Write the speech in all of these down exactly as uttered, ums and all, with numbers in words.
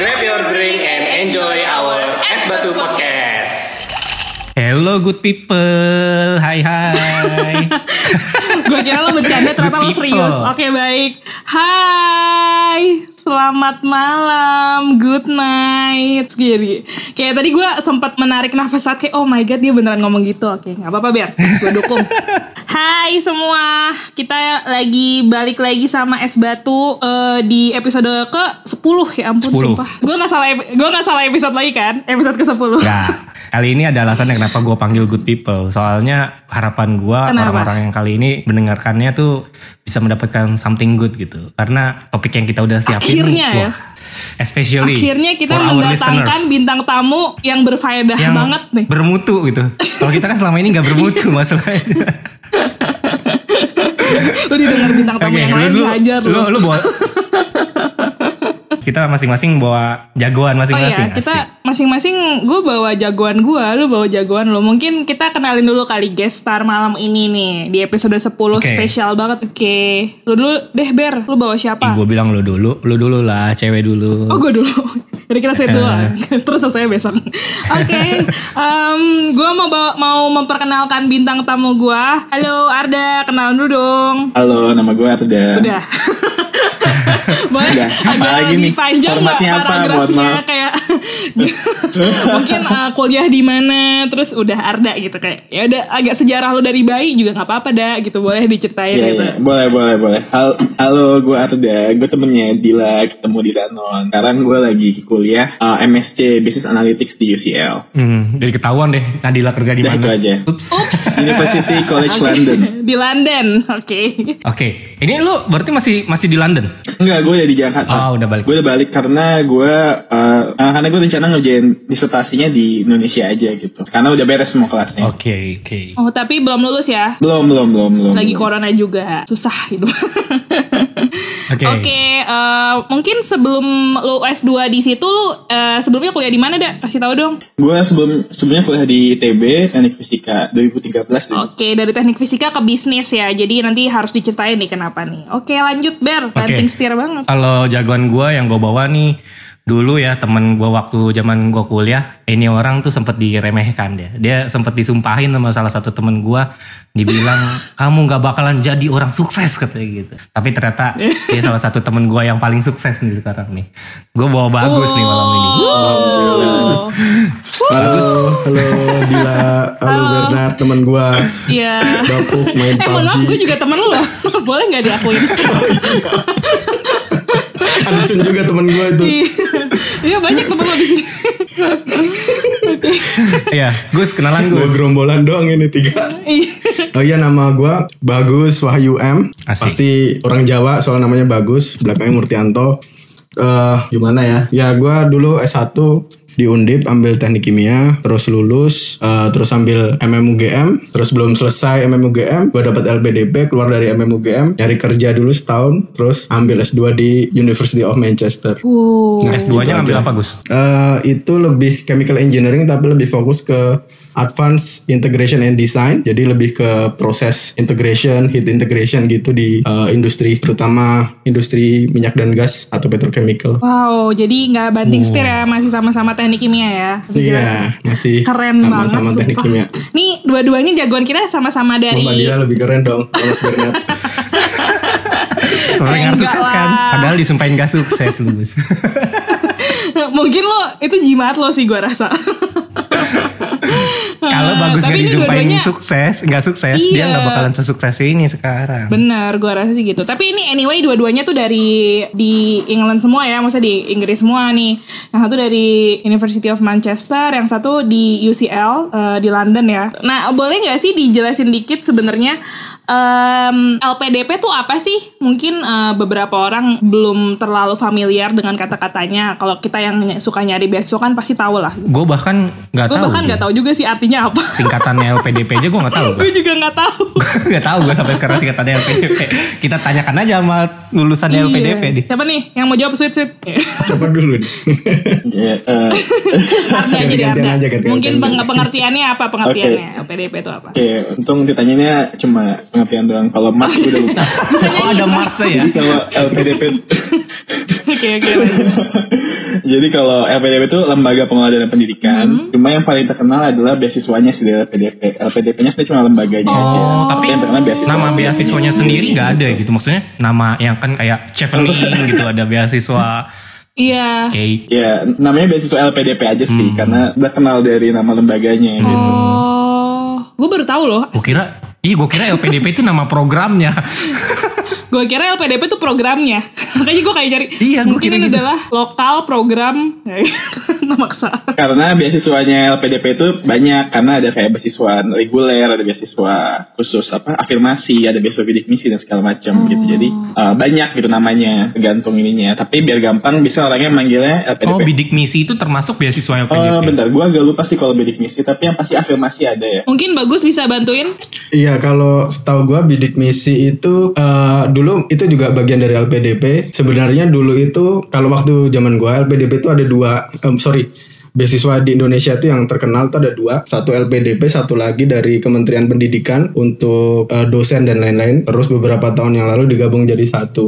Grab your drink and enjoy our Es Batu Podcast. Hello good people, hai hai. Gue kira lo bercanda, ternyata lo serius. Oke baik. Hai, selamat malam, good night. Jadi kayak tadi gue sempat menarik nafas saat kayak oh my god dia beneran ngomong gitu. Oke nggak apa-apa Ber, gue dukung. Hai semua, kita lagi balik lagi sama Es Batu uh, di episode ke sepuluh ya ampun sepuluh. Sumpah. Gue nggak salah, gue nggak salah episode lagi kan, episode ke sepuluh. Nggak. Kali ini ada alasan kenapa gue panggil good people. Soalnya harapan gue orang-orang yang kali ini mendengarkannya tuh bisa mendapatkan something good gitu. Karena topik yang kita udah siapin. Akhirnya wah, ya. Especially akhirnya kita mendatangkan bintang tamu yang berfaedah yang banget nih. Bermutu gitu. Kalau kita kan selama ini gak bermutu masalahnya. Lu didengar bintang tamu okay, yang lain dihajar lu. Lu, lu bawa... Kita masing-masing bawa jagoan masing-masing. Oh iya, kita asik. Masing-masing gue bawa jagoan gue, lu bawa jagoan lu. Mungkin kita kenalin dulu kali guest star malam ini nih di episode sepuluh okay. Spesial banget. Oke, okay. Lu dulu deh Ber, lu bawa siapa? Gue bilang lu dulu, lu dulu lah, cewek dulu. Oh gue dulu. Jadi kita set dulu lah. Terus selesai besok. Oke, okay. um, gue mau bawa, mau memperkenalkan bintang tamu gue. Halo Arda, kenalan dulu dong. Halo, nama gue Arda. Udah. Boleh agak lebih panjang nggak paragrafnya kayak mungkin uh, kuliah di mana terus udah Arda gitu kayak ya udah agak sejarah lo dari bayi juga nggak apa-apa dah gitu, boleh diceritain yeah, gitu. Yeah. Boleh boleh boleh. Halo, halo gue Arda, gue temennya Dila, ketemu di Danon. Sekarang gue lagi kuliah uh, M S C Business Analytics di U C L. Hmm, jadi ketahuan deh Nadila kerja di mana. Itu aja. Ups. Ups. University College okay. London. Di London, oke. Okay. Oke, okay. Ini lu berarti masih masih di London? Enggak, gue udah di Jakarta. Oh, udah balik. Gue udah balik karena gue uh, uh, karena gue rencana ngerjain disertasinya di Indonesia aja gitu. Karena udah beres semua kelasnya. Oke, okay, oke. Okay. Oh, tapi belum lulus ya? Belum, belum, belum, belum. Lagi belum. corona juga. Susah gitu. Oke. Okay. Okay, uh, mungkin sebelum lu S dua di situ lu uh, sebelumnya kuliah di mana, Dak? Kasih tahu dong. Gue sebelum sebelumnya kuliah di I T B Teknik Fisika dua ribu tiga belas. Oke, okay, dari Teknik Fisika ke bisnis ya. Jadi nanti harus diceritain nih kenapa nih. Oke, okay, lanjut Ber. Banting okay. setir banget. Kalau jagoan gue yang gue bawa nih dulu ya, temen gue waktu zaman gue kuliah, ini orang tuh sempet diremehkan dia. Dia sempet disumpahin sama salah satu temen gue, dibilang kamu nggak bakalan jadi orang sukses katanya gitu. Tapi ternyata dia salah satu temen gue yang paling sukses nih sekarang nih. Gue bawa Bagus oh. nih malam ini. Oh. Bagus. Halo Dila, halo, halo. Bernard temen gue. Iya. Bapuk main eh, P U B G. Eh maaf, gue juga temen lu loh. Boleh nggak diakuin? Ada Cun juga temen gue itu. Iya banyak temen lo di sini. Iya, Gus kenalan Gus. Gue gerombolan doang ini tiga. Oh iya, nama gue Bagus Wahyu M. Asik. Pasti orang Jawa soal namanya Bagus, belakangnya Murtianto. Uh, gimana ya? Ya gue dulu S satu di Undip ambil teknik kimia, terus lulus, uh, terus ambil M M U G M, terus belum selesai M M U G M, gue dapat L P D P, keluar dari M M U G M, nyari kerja dulu setahun, terus ambil S dua di University of Manchester. Wow. Nah, S dua-nya gitu ambil apa Gus? Uh, itu lebih chemical engineering tapi lebih fokus ke advanced integration and design, jadi lebih ke proses integration, heat integration gitu di uh, industri, terutama industri minyak dan gas atau petrochemical. Wow, jadi nggak banting setir ya, masih sama-sama teknik kimia ya? Iya, masih keren sama-sama banget, sama teknik kimia. Nih dua-duanya jagoan kita sama-sama dari. Oh, Mbak Dila lebih keren dong, kalau Bernard. Orang yang sukses kan, padahal disumpahin gak sukses lu Gus. Mungkin lo itu jimat lo sih gue rasa. Kalau Bagus gak disumpahin dua-duanya, sukses, gak sukses, iya. Dia gak bakalan sesukses ini sekarang. Bener, gue rasa sih gitu. Tapi ini anyway dua-duanya tuh dari di England semua ya, maksudnya di Inggris semua nih. Yang satu dari University of Manchester, yang satu di U C L uh, di London ya. Nah, boleh gak sih dijelasin dikit sebenarnya Um, L P D P tuh apa sih? Mungkin uh, beberapa orang belum terlalu familiar dengan kata-katanya. Kalau kita yang suka nyari beasiswa kan pasti tahu lah. Gue bahkan nggak tahu. Gue bahkan nggak tahu juga sih artinya apa. Singkatannya L P D P aja gue nggak tahu. Gue juga nggak tahu. Nggak tahu gue sampai sekarang singkatannya L P D P. Kita tanyakan aja sama lulusan iya. L P D P nih. Siapa nih yang mau jawab sweet sweet? Siapa dulu nih? Artinya aja gantian Arda. aja, gantian, Mungkin gantian. pengertiannya apa pengertiannya okay. L P D P itu apa? Oke, okay. Untung ditanyanya cuma pengertian doang. Kalau Mars gue udah lupa. Oh ada Mars ya? Jadi kalau L P D P Oke oke lanjut. Jadi kalau L P D P itu lembaga pengelola dana pendidikan. Hmm. Cuma yang paling terkenal adalah beasiswanya sih L P D P. L P D P-nya sebenarnya cuma lembaganya oh, aja. Tapi yang terkenal beasiswa. Nama beasiswanya sendiri nggak ada gitu. Maksudnya nama yang kan kayak chevening gitu ada beasiswa. Iya. Okay. Iya, namanya beasiswa L P D P aja sih, hmm. karena udah kenal dari nama lembaganya oh, gitu. Oh, gue baru tahu loh. Gue kira, iya gue kira L P D P itu nama programnya. Gue kira L P D P itu programnya. Makanya gue kayak cari. Iya, mungkin ini gitu. adalah lokal program. Maksa. Karena beasiswanya L P D P itu banyak, karena ada kayak beasiswa reguler, ada beasiswa khusus apa afirmasi, ada beasiswa bidik misi dan segala macam oh. gitu. Jadi uh, banyak gitu namanya, tergantung ininya. Tapi biar gampang bisa orangnya manggilnya L P D P. Oh, bidik misi itu termasuk beasiswa L P D P. Oh, bentar, gue agak lupa sih kalau bidik misi, tapi yang pasti afirmasi ada ya. Mungkin Bagus bisa bantuin? Iya, kalau setahu gue bidik misi itu uh, dulu itu juga bagian dari L P D P. Sebenarnya dulu itu kalau waktu zaman gue L P D P itu ada dua, um, sorry. Beasiswa di Indonesia itu yang terkenal itu ada dua. Satu L P D P, satu lagi dari Kementerian Pendidikan untuk uh, dosen dan lain-lain. Terus beberapa tahun yang lalu digabung jadi satu.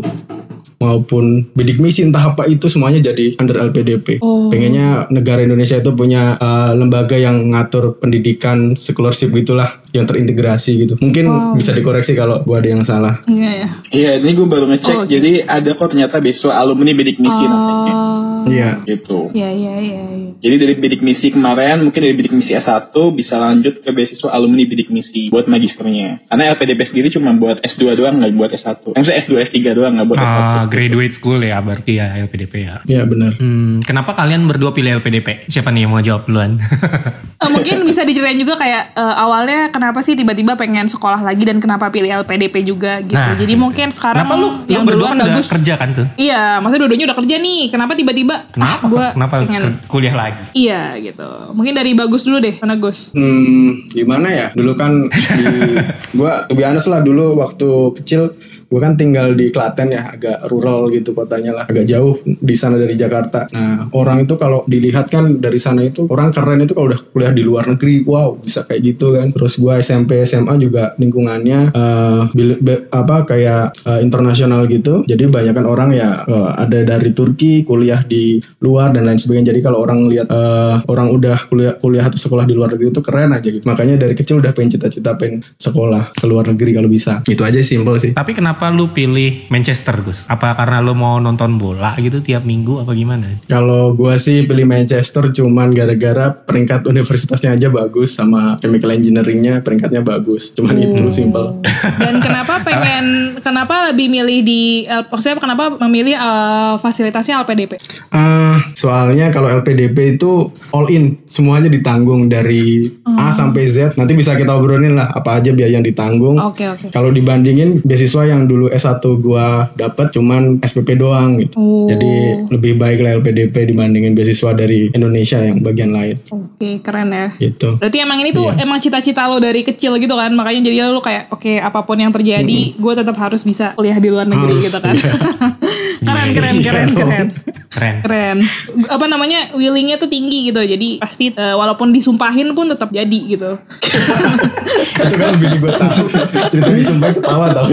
Maupun bidik misi entah apa itu semuanya jadi under L P D P. Oh. Pengennya negara Indonesia itu punya uh, lembaga yang ngatur pendidikan scholarship gitulah, yang terintegrasi gitu. Mungkin oh. bisa dikoreksi kalau gue ada yang salah. Iya ya. Iya, ini gue baru ngecek. Oh, okay. Jadi ada kok ternyata beasiswa alumni bidik misi oh. namanya. Iya. Gitu. Iya iya iya. Jadi dari bidik misi kemarin, mungkin dari bidik misi S satu bisa lanjut ke beasiswa alumni bidik misi buat magisternya. Karena L P D P sendiri cuma buat S dua doang, nggak buat S satu. Maksudnya S dua, S tiga doang, nggak buat ah, S satu. Graduate school ya berarti ya L P D P ya. Iya benar. Hmm, kenapa kalian berdua pilih L P D P? Siapa nih yang mau jawab duluan? uh, mungkin bisa diceritain juga kayak uh, awalnya kenapa sih tiba-tiba pengen sekolah lagi dan kenapa pilih L P D P juga gitu. Nah, Jadi gitu. Mungkin sekarang kenapa lu, yang lu berdua kan Bagus udah kerja kan tuh? Iya, maksudnya dua-duanya udah kerja nih. Kenapa tiba-tiba? Kenapa? Ah, gua kenapa pengen kuliah lagi? Iya gitu. Mungkin dari Bagus dulu deh, mana Gus? Hmm, gimana ya? Dulu kan di, gua to be honest lah dulu waktu kecil gue kan tinggal di Klaten ya, agak rural gitu kotanya lah, agak jauh di sana dari Jakarta. Nah orang itu kalau dilihat kan dari sana itu orang keren itu kalau udah kuliah di luar negeri, wow bisa kayak gitu kan. Terus gue S M P S M A juga lingkungannya uh, bil- be- apa kayak uh, internasional gitu. Jadi banyak kan orang ya uh, ada dari Turki kuliah di luar dan lain sebagainya. Jadi kalau orang lihat uh, orang udah kuliah kuliah atau sekolah di luar negeri itu keren aja gitu. Makanya dari kecil udah pengen cita-cita pengen sekolah ke luar negeri kalau bisa. Itu aja simple sih. Tapi kenapa lu pilih Manchester, Gus? Apa karena lu mau nonton bola gitu tiap minggu apa gimana? Kalau gua sih pilih Manchester cuman gara-gara peringkat universitasnya aja bagus sama chemical engineeringnya peringkatnya bagus. Cuman hmm. itu simple. Dan kenapa pengen kenapa lebih milih di maksudnya kenapa memilih uh, fasilitasnya L P D P? Uh, soalnya kalau L P D P itu all in, semuanya ditanggung dari hmm. A sampai Z. Nanti bisa kita obrolin lah apa aja biaya yang ditanggung. Oke okay, oke. Okay. Kalau dibandingin beasiswa yang dulu S satu gua dapat cuman S P P doang gitu. Oh. Jadi lebih baik lah L P D P dibandingin beasiswa dari Indonesia yang bagian lain. Oke, okay, keren ya. Gitu. Berarti emang ini tuh yeah. emang cita-cita lo dari kecil gitu kan. Makanya jadi lo kayak oke okay, apapun yang terjadi mm-hmm. gue tetap harus bisa kuliah di luar negeri harus, gitu kan. Yeah. keren, keren, keren, keren. Keren. Keren. Apa namanya willingnya tuh tinggi gitu. Jadi pasti uh, walaupun disumpahin pun tetap jadi gitu. Itu kan bini gue tahu. Cerita disumpahin ketawa tau.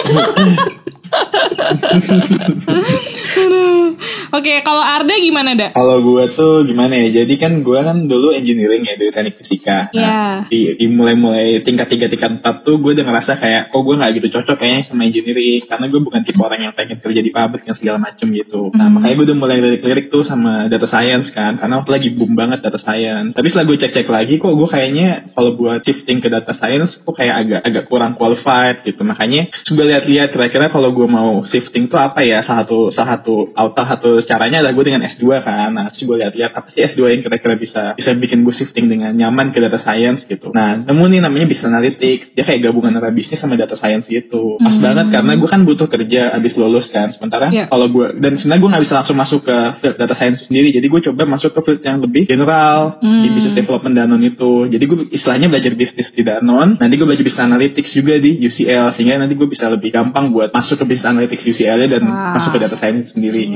Oke, okay, kalau Arda gimana, Da? Kalau gue tuh gimana ya? Jadi kan gue kan dulu engineering ya dari teknik fisika. Iya. Yeah. Nah, di, di mulai-mulai tingkat tiga, tingkat empat tuh gue udah ngerasa kayak, kok gue nggak gitu cocok kayaknya sama engineering, karena gue bukan tipe orang yang pengen kerja di pabrik yang segala macem gitu. Nah, mm. makanya gue udah mulai lirik-lirik tuh sama data science kan, karena waktu lagi boom banget data science. Tapi setelah gue cek-cek lagi, kok gue kayaknya kalau buat shifting ke data science, kok kayak agak agak kurang qualified gitu. Makanya coba lihat-lihat kira-kira kalau gue mau shifting tuh apa ya? Salah satu salah satu auto satu caranya adalah gue dengan S dua kan. Nah, terus gue lihat-lihat apa sih S dua yang kira-kira bisa bisa bikin gue shifting dengan nyaman ke data science gitu. Nah, nemu nih namanya business analytics. Dia kayak gabungan antara bisnis sama data science gitu. Pas hmm. banget karena gue kan butuh kerja abis lulus kan. Sementara yeah. kalau gue dan sebenarnya gue nggak bisa langsung masuk ke field data science sendiri. Jadi gue coba masuk ke field yang lebih general hmm. di business development Danone itu. Jadi gue istilahnya belajar bisnis di Danone. Nanti gue belajar business analytics juga di U C L sehingga nanti gue bisa lebih gampang buat masuk ke business analytics U C L-nya dan wow. masuk ke data science sendiri. Luar gitu. Biasa.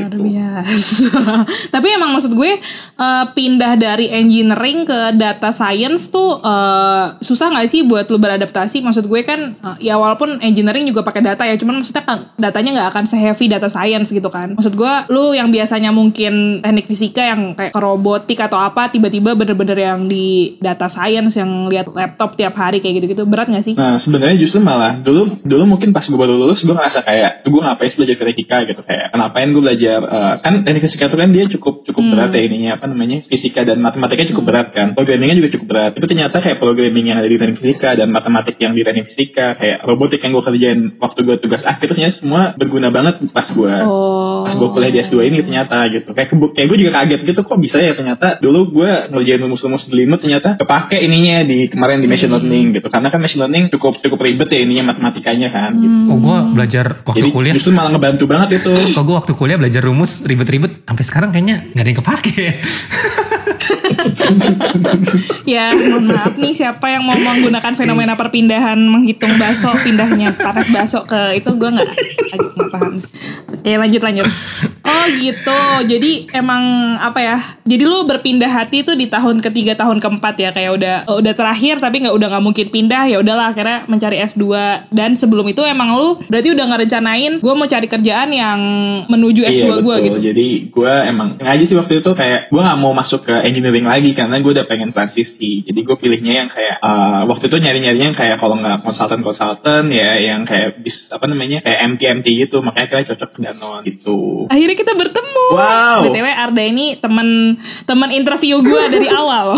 Yes. Tapi emang maksud gue uh, pindah dari engineering ke data science tuh uh, susah nggak sih buat lu beradaptasi? Maksud gue kan uh, ya walaupun engineering juga pakai data ya, cuman maksudnya kan datanya nggak akan se-heavy data science gitu kan. Maksud gue lu yang biasanya mungkin teknik fisika yang kayak ke robotik atau apa, tiba-tiba bener-bener yang di data science yang lihat laptop tiap hari kayak gitu-gitu, berat nggak sih? Nah sebenarnya justru malah dulu dulu mungkin pas gue baru lulus gue ngerasa kayak gue ngapain belajar fisika gitu, kayak kenapain gue belajar uh, kan teknik fisika itu kan dia cukup cukup hmm. berat ya ininya apa namanya fisika dan matematikanya cukup hmm. berat kan, programmingnya juga cukup berat. Tapi ternyata kayak programming yang ada di teknik fisika dan matematik yang di teknik fisika, kayak robotik yang gue kerjain waktu gue tugas akhir, ternyata semua berguna banget pas gue oh. pas gue kuliah di S dua ini ternyata gitu. Kayak kebuk kayak gue juga kaget gitu, kok bisa ya ternyata dulu gue ngerjain rumus-rumus di limit ternyata kepake ininya di kemarin di machine learning gitu, karena kan machine learning cukup cukup ribet ya ininya matematikanya kan gitu. Oh gue belajar waktu jadi, kuliah justru malah ngebantu banget itu. Kok gue waktu kuliah belajar rumus ribet-ribet sampai sekarang kayaknya nggak ada yang kepake. Ya mohon maaf nih siapa yang mau menggunakan fenomena perpindahan menghitung baso pindahnya panas baso ke itu, gue nggak nggak paham. Oke lanjut lanjut. Oh gitu, jadi emang apa ya? Jadi lu berpindah hati tuh di tahun ketiga tahun keempat ya, kayak udah udah terakhir tapi nggak udah nggak mungkin pindah, ya udahlah akhirnya mencari S dua. Dan sebelum itu emang lu berarti udah ngerencanain gue mau cari kerjaan yang menuju S dua iya, gue gitu. Jadi gue emang sengaja sih waktu itu kayak gue nggak mau masuk ke engineering lagi karena gue udah pengen transisi. Jadi gue pilihnya yang kayak uh, waktu itu nyari-nyarinya yang kayak kalau nggak konsultan-konsultan ya yang kayak bis apa namanya kayak M T M T gitu, makanya kayak cocok ke Danone gitu. Akhirnya kita bertemu. Wow. B T W Arda ini teman teman interview gue dari awal.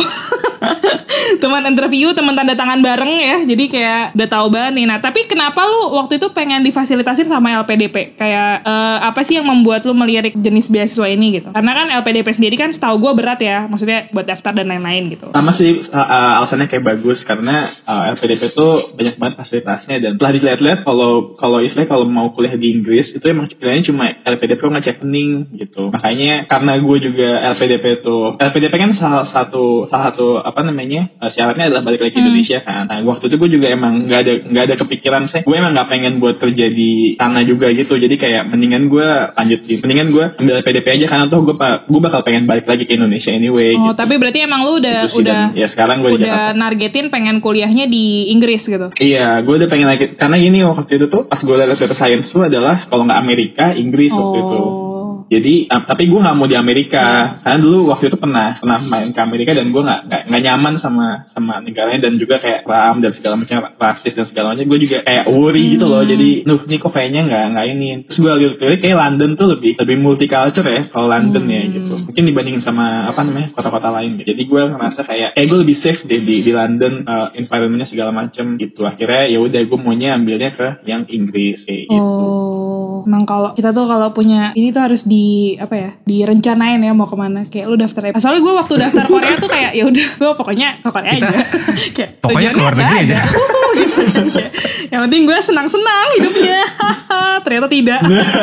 Teman interview, teman tanda tangan bareng ya. Jadi kayak udah tahu banget nih. Nah, tapi kenapa lu waktu itu pengen difasilitasin sama L P D P? Kayak uh, apa sih yang membuat lu melirik jenis beasiswa ini gitu? Karena kan L P D P sendiri kan setahu gue berat ya. Maksudnya buat daftar dan lain-lain gitu. Sama sih uh, uh, alasannya kayak bagus karena uh, L P D P tuh banyak banget fasilitasnya, dan setelah dilihat-lihat kalau kalau istilahnya kalau mau kuliah di Inggris itu emang pilihannya cuma L P D P nggak chevening gitu. Makanya karena gue juga L P D P tuh L P D P kan salah satu salah satu apa namanya uh, syaratnya adalah balik lagi ke hmm. Indonesia kan. Nah waktu itu gue juga emang nggak ada nggak ada kepikiran saya gue emang nggak pengen buat kerja di sana juga gitu. Jadi kayak mendingan gue lanjutin, mendingan gue ambil L P D P aja karena tuh gue gue bakal pengen balik lagi ke Indonesia anyway. Oh gitu. Tapi berarti emang lu udah gitu udah dan, ya sekarang gue udah nargetin pengen kuliahnya di Inggris gitu. Iya, gue udah pengen lagi karena gini waktu itu tuh pas gue lihat data science tuh adalah kalau nggak Amerika, Inggris oh. waktu itu. Jadi, uh, tapi gue nggak mau di Amerika, karena dulu waktu itu pernah pernah main ke Amerika dan gue nggak nggak nyaman sama sama negaranya dan juga kayak ram dan segala macam rasis dan segala macam. Gue juga kayak worry hmm. gitu loh. Jadi, nuh ini kok kayaknya nggak nggak ini. Terus gue lihat kayak London tuh lebih lebih multicultural ya kalau London hmm. ya gitu. Mungkin dibandingin sama apa namanya kota-kota lain. Gitu. Jadi gue ngerasa kayak kayak gue lebih safe deh di di London, uh, environmentnya segala macam gitu. Akhirnya ya udah gue maunya ambilnya ke yang Inggris kayak gitu. Oh, emang kalau kita tuh kalau punya ini tuh harus di apa ya direncanain ya mau kemana, kayak lu daftar ya. Soalnya gue waktu daftar Korea tuh kayak ya udah gue pokoknya ke Korea kita, aja kayak pokoknya keluar negeri aja gitu kan. Kayak, yang penting gue senang-senang hidupnya. Ternyata tidak.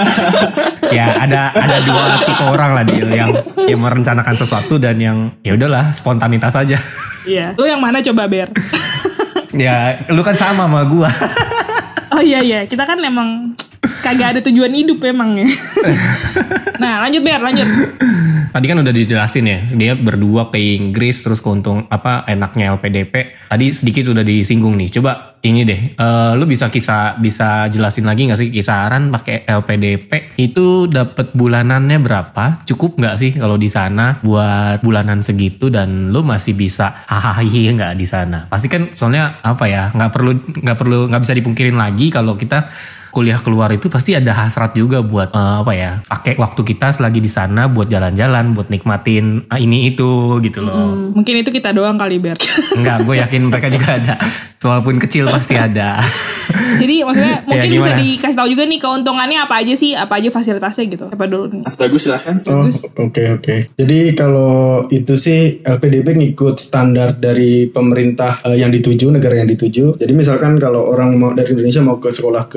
Ya ada ada dua tipe orang lah Dil, yang yang merencanakan sesuatu dan yang ya udahlah spontanitas aja. Iya, lu yang mana coba Ber? Ya lu kan sama sama gue. Oh iya iya, kita kan emang kagak ada tujuan hidup emang ya. Nah lanjut Ber, lanjut. Tadi kan udah dijelasin ya, dia berdua ke Inggris terus keuntung apa enaknya L P D P. Tadi sedikit udah disinggung nih. Coba ini deh, uh, lu bisa kisah bisa jelasin lagi nggak sih kisaran pakai L P D P itu dapat bulanannya berapa? Cukup nggak sih kalau di sana buat bulanan segitu dan lu masih bisa hahaha nggak di sana? Pasti kan soalnya apa ya nggak perlu nggak perlu nggak bisa dipungkirin lagi kalau kita kuliah keluar itu pasti ada hasrat juga buat uh, apa ya pakai waktu kita selagi di sana buat jalan-jalan, buat nikmatin uh, ini itu gitu loh. Hmm, mungkin itu kita doang kali Ber. Enggak, gue yakin mereka juga ada. Walaupun kecil pasti ada. Jadi maksudnya mungkin ya, bisa dikasih tahu juga nih keuntungannya apa aja sih, apa aja fasilitasnya gitu. Apa dulu nih? Mas Bagus silahkan. Oh oke okay, oke. Okay. Jadi kalau itu sih L P D P ngikut standar dari pemerintah uh, yang dituju, negara yang dituju. Jadi misalkan kalau orang mau dari Indonesia mau ke sekolah ke Inggris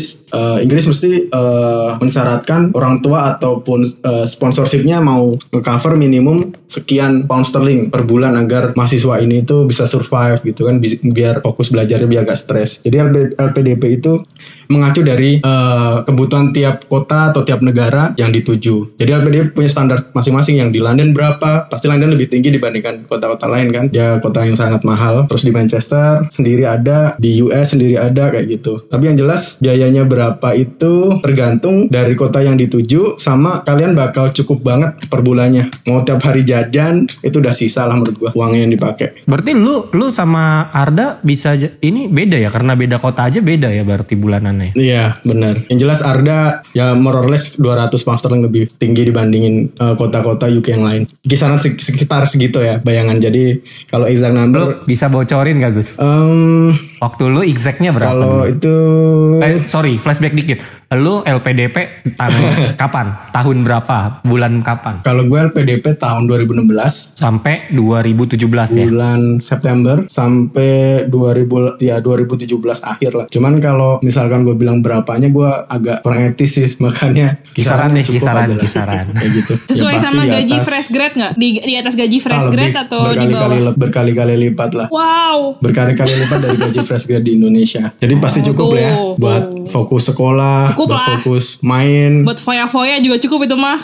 Inggris, uh, Inggris mesti uh, mensyaratkan orang tua ataupun uh, sponsorshipnya mau nge-cover minimum sekian pound sterling per bulan agar mahasiswa ini itu bisa survive gitu kan, bi- biar fokus belajarnya biar gak stres. Jadi L P D P itu mengacu dari uh, kebutuhan tiap kota atau tiap negara yang dituju. Jadi L P D P punya standar masing-masing. Yang di London berapa? Pasti London lebih tinggi dibandingkan kota-kota lain kan. Ya kota yang sangat mahal. Terus di Manchester sendiri ada, di U S sendiri ada kayak gitu. Tapi yang jelas biayanya berapa itu tergantung dari kota yang dituju sama kalian bakal cukup banget per bulannya. Mau tiap hari jajan itu udah sisa lah menurut gua uangnya yang dipakai. Berarti lu lu sama Arda bisa j- ini beda ya, karena beda kota aja beda ya berarti bulanannya. Iya benar. Yang jelas Arda ya more or less dua ratus pound sterling lebih tinggi dibandingin uh, kota-kota U K yang lain. Kisaran sekitar segitu ya bayangan. Jadi kalau exact number Lu bisa bocorin gak Gus? Um, Waktu lu exactnya berapa? Kalau itu Eh, sorry, flashback dikit. Lu L P D P tahun kapan? Tahun berapa? Bulan kapan? Kalau gue L P D P tahun dua ribu enam belas Sampai dua ribu tujuh belas ya? bulan September sampai dua ribu ya dua ribu tujuh belas akhir lah. Cuman kalau misalkan gue bilang berapanya gue agak kurang etis sih, makanya Kisaran deh, cukup kisaran, aja lah. kisaran. Kayak gitu. Sesuai Ya, pasti sama di gaji atas- fresh grade nggak? Di di atas gaji fresh Ah, grade lebih, atau di berkali-kali bawah? lip- berkali-kali lipat lah. Wow. Berkali-kali lipat dari gaji fresh grade di Indonesia. Jadi pasti cukup tuh, lah ya buat tuh. fokus sekolah, Cukup buat lah. fokus main. Buat foya-foya juga cukup itu mah.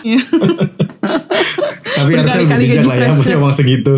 Tapi harusnya lebih berkali-kali bijak gaji lah ya fresh punya grade. uang segitu.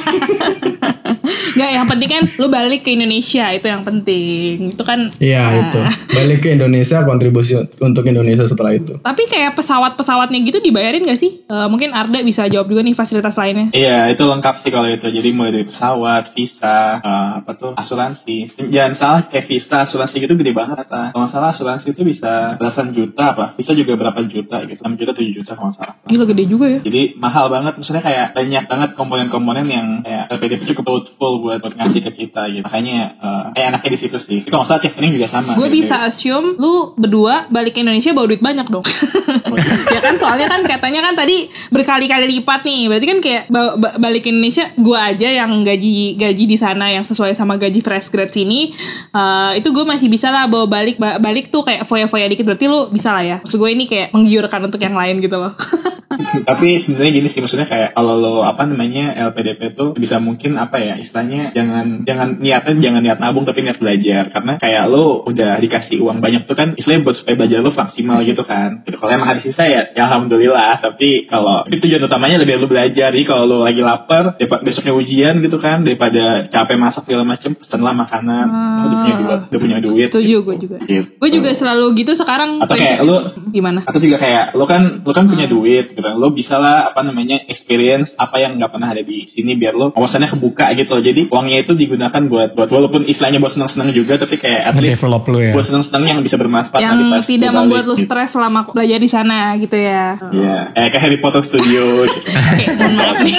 Gak, yang penting kan lu balik ke Indonesia, itu yang penting. Itu kan. Iya nah. itu. Balik ke Indonesia, kontribusi untuk Indonesia setelah itu. Tapi kayak pesawat-pesawatnya gitu dibayarin gak sih? Eh, mungkin Arda bisa jawab juga nih fasilitas lainnya. Iya, itu lengkap sih kalau itu. Jadi mulai dari pesawat, visa, uh, apa tuh, asuransi. Jangan salah, kayak visa, asuransi gitu gede banget. Kata. Kalau nggak salah, asuransi itu bisa belasan juta apa. Visa juga berapa juta gitu. enam juta, tujuh juta kalau nggak salah. Gila gede juga ya. Jadi mahal banget. Maksudnya kayak banyak banget komponen-komponen yang kayak L P D P cukup thoughtful buat, buat ngasih ke kita gitu. Makanya uh, kayak enaknya di situ sih. Tapi kalau nggak salah, check-in juga sama. Gue gitu. bisa assume lu berdua balik ke Indonesia bawa duit banyak dong. Ya kan, soalnya kan katanya kan tadi berkali-kali lipat nih. Berarti kan kayak ba- ba- balik ke Indonesia, gue aja yang gaji gaji di sana yang sesuai sama gaji fresh grade sini, uh, itu gue masih bisa lah bawa balik ba- balik tuh kayak foya-foya dikit. Berarti lu bisa lah ya. Maksud gue ini kayak menggiurkan untuk yang lain gitu loh. Tapi sebenarnya gini sih, maksudnya kayak kalau lo apa namanya L P D P tuh bisa mungkin apa ya istilahnya, jangan jangan niatnya jangan niat nabung tapi niat belajar, karena kayak lo udah dikasih uang banyak tuh kan istilahnya buat supaya belajar lo maksimal gitu kan. Jadi kalau emang ada sisa ya, ya alhamdulillah. Tapi kalau itu tujuan utamanya lebih lo belajar. Jadi kalau lo lagi lapar daripada besoknya ujian gitu kan, daripada capek masak segala macem, pesenlah makanan. Ah. Oh, udah punya duit, udah punya duit. Setuju gitu. gue juga. Gitu. Gue juga selalu gitu sekarang. Atau kayak prinsipnya lu gimana? Atau juga kayak lo kan lo kan punya duit gitu. Lo bisa lah apa namanya experience apa yang nggak pernah ada di sini biar lo wawasannya kebuka gitu loh. Jadi uangnya itu digunakan buat buat walaupun istilahnya buat senang-senang juga, tapi kayak at least Develop lu ya. buat senang-senang yang bisa bermanfaat Yang nanti pas tidak lo balik, membuat lu gitu. stres selama belajar di sana gitu ya. Iya, eh kayak Harry Potter Studio gitu. Oke, mohon maaf nih.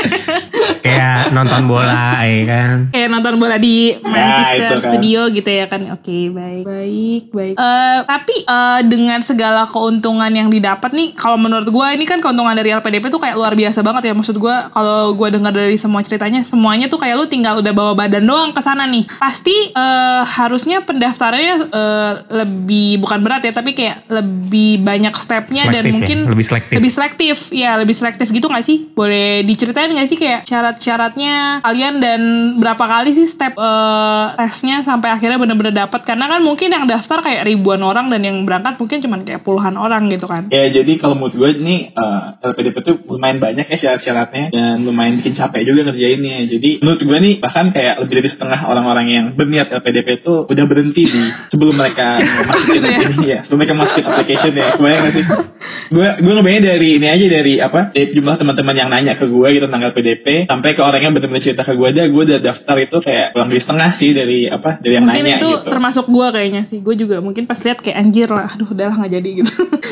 Kayak nonton bola ya kan. Kayak nonton bola di Manchester itu kan. Studio gitu ya kan. Oke, baik. Baik, baik. Eh, tapi eh, dengan segala keuntungan yang didapat nih, kalau menurut gue ini kan keuntungan dari L P D P tuh kayak luar biasa banget ya. Maksud gue kalau gue dengar dari semua ceritanya, semuanya tuh kayak lu tinggal udah bawa badan doang ke sana nih. Pasti eh, harusnya pendaftarannya eh, lebih bukan berat ya, tapi kayak lebih banyak stepnya dan Selektif ya, mungkin lebih selektif. lebih selektif. Ya, lebih selektif gitu gak sih? Boleh diceritain gak sih kayak syarat-syaratnya kalian dan berapa kali sih step eh, tesnya sampai akhirnya bener-bener dapat? Karena kan mungkin yang daftar kayak ribuan orang dan yang berangkat mungkin cuma kayak puluhan orang gitu kan. Ya jadi kalau menurut gue nih uh, L P D P tuh lumayan banyak ya syarat-syaratnya dan lumayan bikin capek juga ngerjainnya. Jadi menurut gue nih bahkan kayak lebih dari setengah orang-orang yang berniat L P D P tuh udah berhenti di sebelum mereka masukin Gitu ya? ini ya, sebelum mereka masukin application ya. Kebayang gak sih? Gue gue ngebayangin dari ini aja dari apa? Dari jumlah teman-teman yang nanya ke gue gitu tentang L P D P sampai ke orang yang benar-benar cerita ke gue, dia gue udah daftar itu kayak kurang dari setengah sih dari apa? Dari yang Mungkin nanya itu gitu. termasuk gue kayaknya sih. Gue juga mungkin pas lihat kayak anjir lah, aduh udahlah nggak jadi gitu.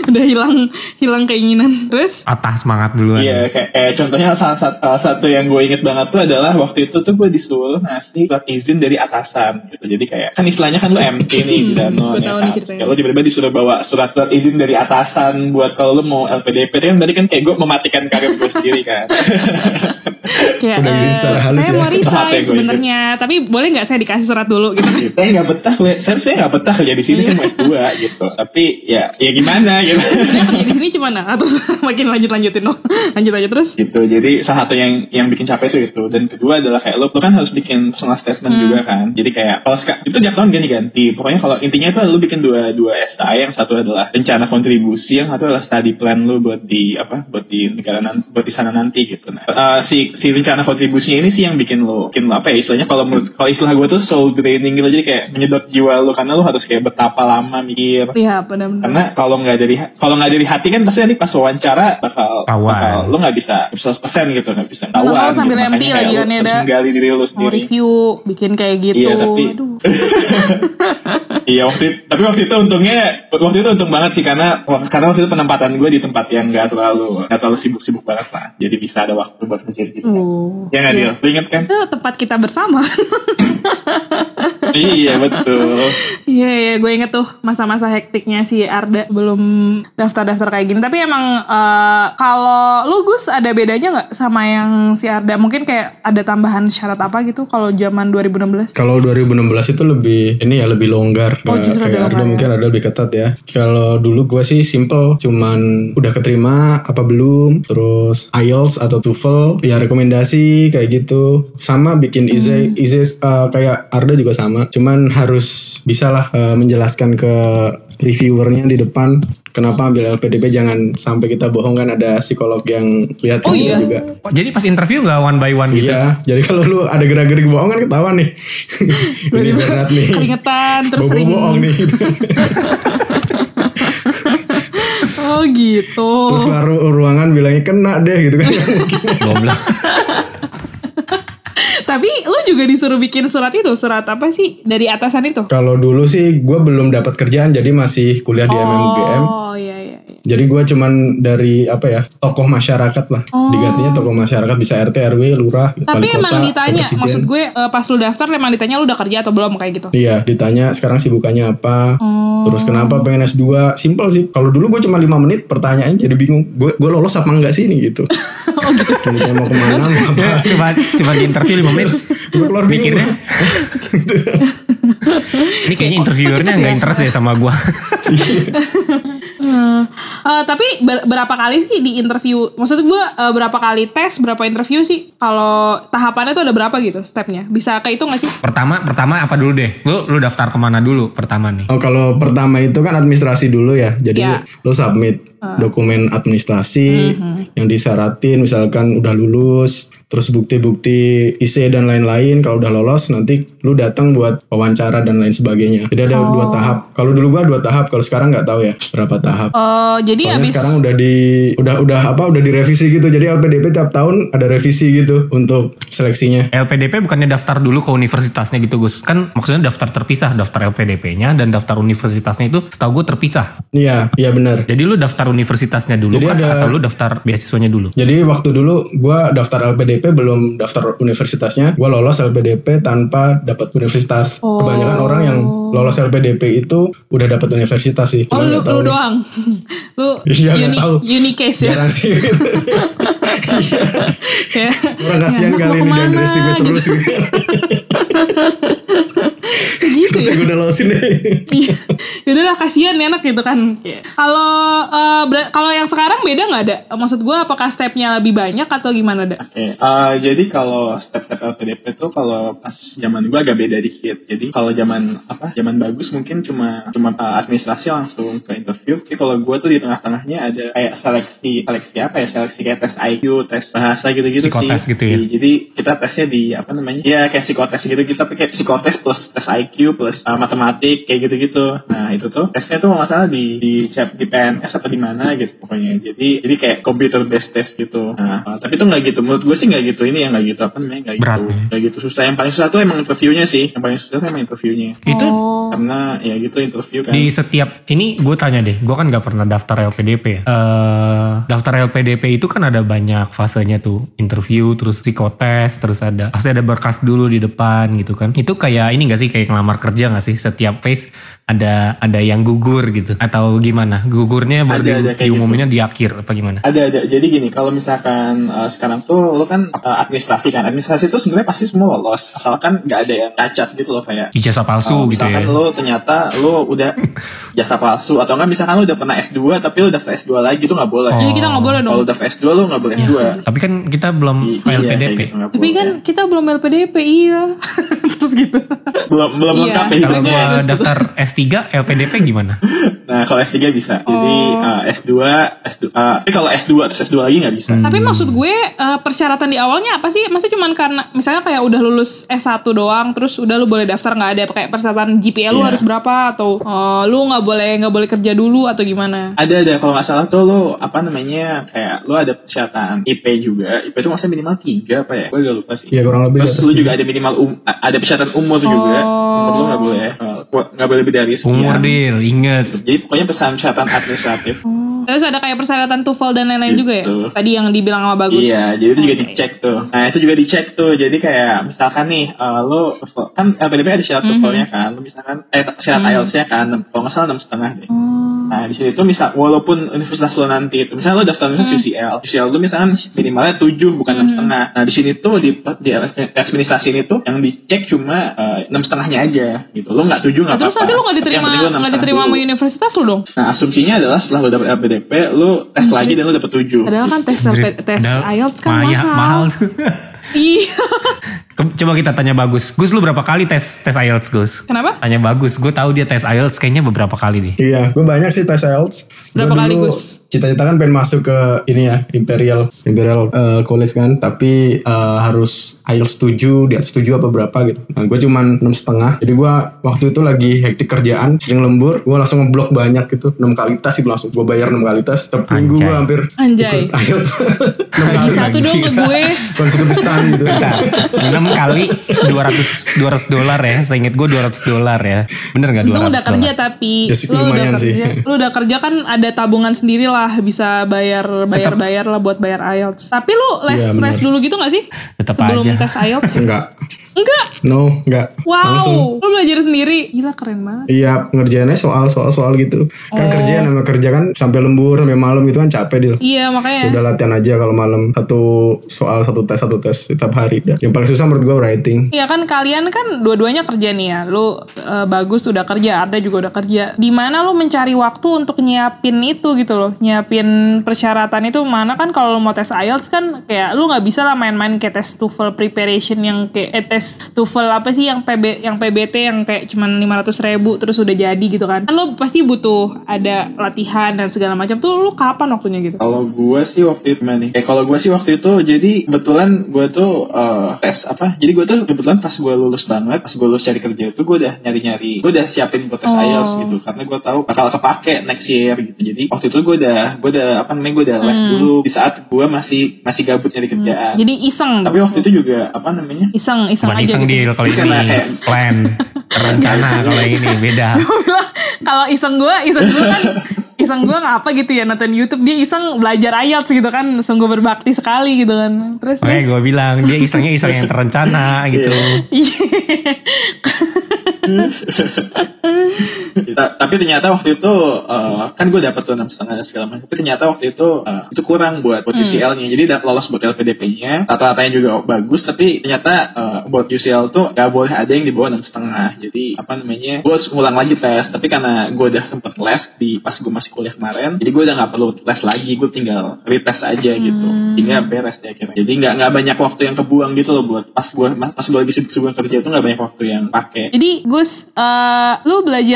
Udah hilang hilang keinginan. Terus patah semangat duluan. Iya, kayak, kayak contohnya salah satu, salah satu yang gue inget banget tuh adalah waktu itu tuh gue disuruh ngasih surat izin dari atasan gitu. Jadi kayak kan istilahnya kan lu M T nih di Danone ya kan. Kalau tiba-tiba disuruh bawa surat surat izin dari atasan buat kalau lu mau L P D P kan tadi kan kayak gue mematikan karir gue sendiri kan. Kayak Udah izin secara uh, halus saya ya. mau resign sebenarnya, tapi boleh nggak saya dikasih surat dulu gitu. Saya nggak betah, saya saya nggak betah kerja di sini, saya mau S dua gitu. Tapi ya ya gimana gitu. Sebenarnya kerja di sini cuma nah, terus makin lanjut lanjutin loh, lanjut aja terus. Gitu, jadi salah satu yang yang bikin capek itu itu. Dan kedua adalah kayak lo, lo kan harus bikin personal statement hmm. juga kan. Jadi kayak kalau itu tiap tahun ganti-ganti. Pokoknya kalau intinya itu lo bikin dua dua S A, yang satu adalah rencana kontribusi, yang satu adalah study plan lo buat di apa, buat di negara nanti, buat di sana nanti gitu. Nah, uh, si si rencana kontribusinya ini sih yang bikin lo, bikin lo apa ya istilahnya, kalau menurut kalau istilah gue tuh soul draining gitu, jadi kayak menyedot jiwa lo karena lo harus kayak betapa lama mikir. Iya benar-benar. Karena kalau nggak dari kalau nggak dari hati kan pasti nanti pas wawancara bakal, bakal lo nggak bisa seratus persen gitu, nggak bisa tahuan. Kalau sambil gitu. M T lagi kan ya, ada menggali diri lo sendiri. Mau review, bikin kayak gitu. Iya tapi, iya waktu itu, tapi waktu itu untungnya waktu itu untung banget sih karena karena waktu itu penempatan gue di tempat yang nggak terlalu nggak terlalu sibuk-sibuk banget lah, jadi bisa ada waktu buat ngejar gitu. Uh, ya nggak iya. Dia, ingat kan? Itu tempat kita bersama. Iya betul. Iya iya, gue inget tuh masa-masa hektiknya si Arda belum daftar-daftar kayak gini. Tapi emang uh, kalau lu Gus ada bedanya nggak sama yang si Arda? Mungkin kayak ada tambahan syarat apa gitu kalau zaman dua ribu enam belas? Kalau dua ribu enam belas itu lebih ini ya lebih longgar. Oh, justru kayak Arda ya. Mungkin ada lebih ketat ya. Kalau dulu gue sih simple, cuman udah keterima apa belum, terus I E L T S atau TOEFL, ya rekomendasi kayak gitu. Sama bikin izin, hmm. izin uh, kayak Arda juga sama. Cuman harus bisa lah uh, menjelaskan ke reviewernya di depan kenapa ambil L P D P, jangan sampai kita bohong kan, ada psikolog yang lihat oh, kita iya. juga. Jadi pas interview nggak one by one gitu? Iya, jadi kalau lu ada gerak-gerik bohong kan ketahuan nih. Ini berat nih. Keringetan terus sering bohong nih. Oh gitu. Terus keluar ruangan bilangnya kena deh gitu kan. Goblok. Tapi lu juga disuruh bikin surat itu, surat apa sih dari atasan itu? Kalau dulu sih gue belum dapat kerjaan, jadi masih kuliah di oh, M M U G M. Oh iya iya. Jadi gue cuman dari apa ya, tokoh masyarakat lah. Oh. Digantinya tokoh masyarakat, bisa R T, R W, lurah, tapi wali kota, emang ditanya, presiden. maksud gue pas lu daftar emang ditanya lu udah kerja atau belum kayak gitu? Iya, ditanya sekarang sibukannya apa. Oh. Terus kenapa pengen S dua? Simpel sih. Kalau dulu gue cuma lima menit pertanyaannya jadi bingung. Gue gue lolos apa enggak sih ini gitu. Oh gitu. Kita mau kemana? apa? Cuma cuma di interview lima menit. Gue keluar bingung. Ini kayaknya interviewernya nggak interest ya sama gue. Hmm. Uh, tapi ber- berapa kali sih di interview? Maksud gue uh, berapa kali tes, berapa interview sih? Kalau tahapannya tuh ada berapa gitu stepnya? Bisa kehitung gak sih? Pertama, pertama apa dulu deh? Lu lu daftar kemana dulu pertama nih? Oh kalau pertama itu kan administrasi dulu ya. Jadi yeah. lu submit uh. dokumen administrasi uh-huh. yang disyaratin, misalkan udah lulus, terus bukti-bukti I C dan lain-lain. Kalau udah lolos nanti lu datang buat wawancara dan lain sebagainya. Jadi ada oh. dua tahap. Kalau dulu gua dua tahap, kalau sekarang nggak tahu ya berapa tahap. Oh, jadi soalnya abis... sekarang udah di udah udah apa udah direvisi gitu. Jadi L P D P tiap tahun ada revisi gitu untuk seleksinya. L P D P bukannya daftar dulu ke universitasnya gitu Gus? Kan maksudnya daftar terpisah, daftar L P D P-nya dan daftar universitasnya itu setahu gue terpisah. Iya, iya benar. Jadi lu daftar universitasnya dulu kan ada... atau lu daftar beasiswanya dulu? Jadi waktu dulu gue daftar L P D P belum daftar universitasnya. Gue lolos L P D P tanpa dapat universitas. Oh. Kebanyakan orang yang lolos L P D P itu udah dapat universitas sih. Oh lu, lu doang? Lu ya, uni, uni case ya? Jarang sih. Iya. Orang kasihan kali ini dan underestimate gitu. Terus gitu. Gitu terus ya? Gue udah losin deh. Yaudah lah kasihan nih anak gitu kan. Kalau uh, kalau yang sekarang beda nggak ada? Maksud gue apakah stepnya lebih banyak atau gimana ada? Oke, okay. uh, jadi kalau step-step L P D P itu kalau pas zaman gue agak beda dikit. Jadi kalau zaman apa? Zaman bagus mungkin cuma cuma uh, administrasi langsung ke interview. Tapi kalau gue tuh di tengah-tengahnya ada kayak seleksi seleksi apa ya? Seleksi kayak tes I Q, tes bahasa gitu-gitu sih. Psikotes gitu ya. Jadi kita tesnya di apa namanya? Ya kayak psikotes gitu. Kita pakai psikotes plus tes I Q plus terus uh, matematik kayak gitu-gitu. Nah itu tuh tesnya tuh nggak salah di di chat di P N S atau di mana gitu pokoknya. Jadi jadi kayak computer based test gitu. Nah uh, tapi itu nggak gitu. Menurut gue sih nggak gitu. Ini yang nggak gitu apa namanya nggak gitu. Nggak gitu susah. Yang paling susah tuh emang interviewnya sih. Yang paling susah tuh emang interviewnya. Itu karena ya gitu interview kan. Di setiap ini gue tanya deh. Gue kan nggak pernah daftar L P D P ya. Uh, daftar L P D P itu kan ada banyak fasenya tuh. Interview terus psikotes terus ada pasti ada berkas dulu di depan gitu kan. Itu kayak ini gak sih kayak ngelamar kerja gak sih setiap phase ada ada yang gugur gitu atau gimana? Gugurnya baru di, diumuminnya gitu. Di akhir apa gimana? Ada ada. Jadi gini kalau misalkan uh, sekarang tuh lo kan uh, administrasi kan. Administrasi itu sebenarnya pasti semua lolos asalkan nggak ada yang cacat gitu loh kayak ijazah palsu uh, gitu ya. Misalkan lo ternyata lo udah jasa palsu atau enggak misalkan lo udah pernah S dua tapi lo daftar S dua lagi itu nggak boleh. Jadi oh. kita nggak boleh dong. Kalau daftar S dua lo nggak boleh ya, S dua. Tapi kan kita belum I- L P D P. Iya, gitu, tapi kan kita belum L P D P iya. Terus gitu. Belum belum iya. lengkap ya. Kalau gue daftar S tiga L P D P gimana? Nah kalau S tiga bisa. Oh. Jadi uh, S dua, S dua uh, tapi kalau S dua terus S dua lagi nggak bisa. Hmm. Tapi maksud gue uh, persyaratan di awalnya apa sih? Maksudnya cuman karena misalnya kayak udah lulus S satu doang, terus udah lu boleh daftar nggak ada kayak persyaratan G P A lu yeah. harus berapa atau uh, lu nggak boleh nggak boleh kerja dulu atau gimana? Ada ada kalau nggak salah tuh lu apa namanya kayak lu ada persyaratan I P juga. I P itu maksudnya minimal tiga apa ya? Gue gak lupa sih. Iya kurang lebih. Terus lu juga ada minimal um, ada persyaratan umur oh. juga. Umur lu nggak boleh nggak boleh lebih dari sekian. Umur deal inget. Jadi pokoknya persyaratan administratif. Oh. Terus ada kayak persyaratan TOEFL dan lain-lain gitu. juga ya? Tadi yang dibilang sama Bagus. Iya, jadi itu juga okay. dicek tuh. Nah itu juga dicek tuh. Jadi kayak misalkan nih, uh, lo kan L P D P ada syarat mm-hmm. TOEFL-nya kan, lo misalkan eh syarat mm-hmm. I E L T S-nya kan, kalau nggak salah enam setengah deh. Oh. Nah di situ misal walaupun universitas lo nanti itu, misalnya lo daftar universitas mm-hmm. U C L, U C L lo misalkan minimalnya tujuh bukan enam setengah. Nah di sini tuh di di administrasi ini tuh yang dicek cuma enam setengahnya aja gitu. Lo nggak tujuh nggak apa-apa. Terus nanti lo nggak diterima nggak diterima sama universitas lo dong? Nah asumsinya adalah setelah lo dapet L P D P, lo tes hmm, lagi dan lo dapet tujuh. Padahal kan tes tes I E L T S kan mahal. mahal. Iya. Coba kita tanya Bagus. Gus lu berapa kali tes tes I E L T S Gus? Kenapa? Tanya Bagus. Gue tahu dia tes I E L T S kayaknya beberapa kali nih. Iya, gue banyak sih tes I E L T S. Berapa kali Gus? Cita-cita kan pengen masuk ke ini ya Imperial Imperial uh, College kan, tapi uh, harus I E L T S tujuh di atas tujuh apa berapa gitu. Nah gue cuman enam setengah. Jadi gue waktu itu lagi hektik kerjaan, sering lembur, gue langsung ngeblok banyak gitu. enam kali tes sih langsung gue bayar enam kali tes. Setiap minggu gue hampir Anjay. ikut I E L T S. Bagi satu dong ke gue. Konsekutifan gitu. enam kali dua ratus dolar ya. Saya ingat gue dua ratus dolar ya. Bener gak dua ratus? Itu udah kerja tapi ya, lu udah sih. kerja. Lu udah kerja kan ada tabungan sendiri lah, bisa bayar bayar bayar lah buat bayar I E L T S. Tapi lu les ya, les dulu gitu gak sih? Tetap sebelum aja. tes I E L T S? Enggak. Enggak. No, enggak. Wow. Langsung. Lu belajar sendiri. Gila keren banget. Iya, ngerjainnya soal-soal-soal gitu. Kan oh. kerja nama kerja kan sampai lembur sampai malam gitu kan capek Dil. Iya, makanya. Udah latihan aja kalau malam satu soal satu tes satu tes setiap hari. Yang paling susah menurut gue writing. Iya kan kalian kan dua-duanya kerja nih ya. Lu uh, Bagus udah kerja, Arda juga udah kerja. Di mana lu mencari waktu untuk nyiapin itu gitu loh. Nyiapin persyaratan itu mana kan kalau lu mau tes I E L T S kan kayak lu enggak bisa lah main-main kayak tes TOEFL preparation yang kayak eh, tes TOEFL apa sih yang P B yang P B T yang kayak cuman lima ratus ribu terus udah jadi gitu kan. Kan lu pasti butuh ada latihan dan segala macam tuh. Lu kapan waktunya gitu? Kalau gue sih waktu itu nih. Eh kalau gue sih waktu itu jadi kebetulan gue tuh uh, tes apa? Jadi gue tuh kebetulan pas gue lulus banget, pas gue lulus cari kerja itu gue udah nyari-nyari, gue udah siapin buat tes oh. I E L T S gitu karena gue tahu bakal kepake next year gitu. Jadi waktu itu gue udah gue udah apa namanya gue udah les hmm. dulu di saat gue masih masih gabut nyari kerjaan. Hmm. Jadi iseng. Tapi waktu itu juga apa namanya? Iseng iseng Bukan aja. Iseng gitu. Deal kalau ini plan rencana kalau ini beda. Kalau iseng gue, iseng gue kan iseng gue ngapa gitu ya nonton YouTube, dia iseng belajar I E L T S gitu kan, sungguh berbakti sekali gitu kan. Terus oke gue bilang dia isengnya iseng yang terencana gitu. Tapi ternyata waktu itu uh, kan gue dapet tuh enam setengah segala macam. Tapi ternyata waktu itu uh, itu kurang buat buat hmm. U C L-nya. Jadi lolos buat L P D P-nya. Rata-ratanya juga bagus. Tapi ternyata uh, buat U C L tuh gak boleh ada yang di bawah enam setengah. Jadi apa namanya? Gue harus ngulang lagi tes. Tapi karena gue udah sempet les di pas gue masih kuliah kemarin. Jadi gue udah gak perlu les lagi. Gue tinggal retest aja gitu. Hmm. Hingga beres deh akhirnya. Jadi gak, gak banyak waktu yang kebuang gitu loh buat pas gue pas gue lagi sibuk kerja itu gak banyak waktu yang pakai. Jadi Gus, uh, lu belajarnya dulu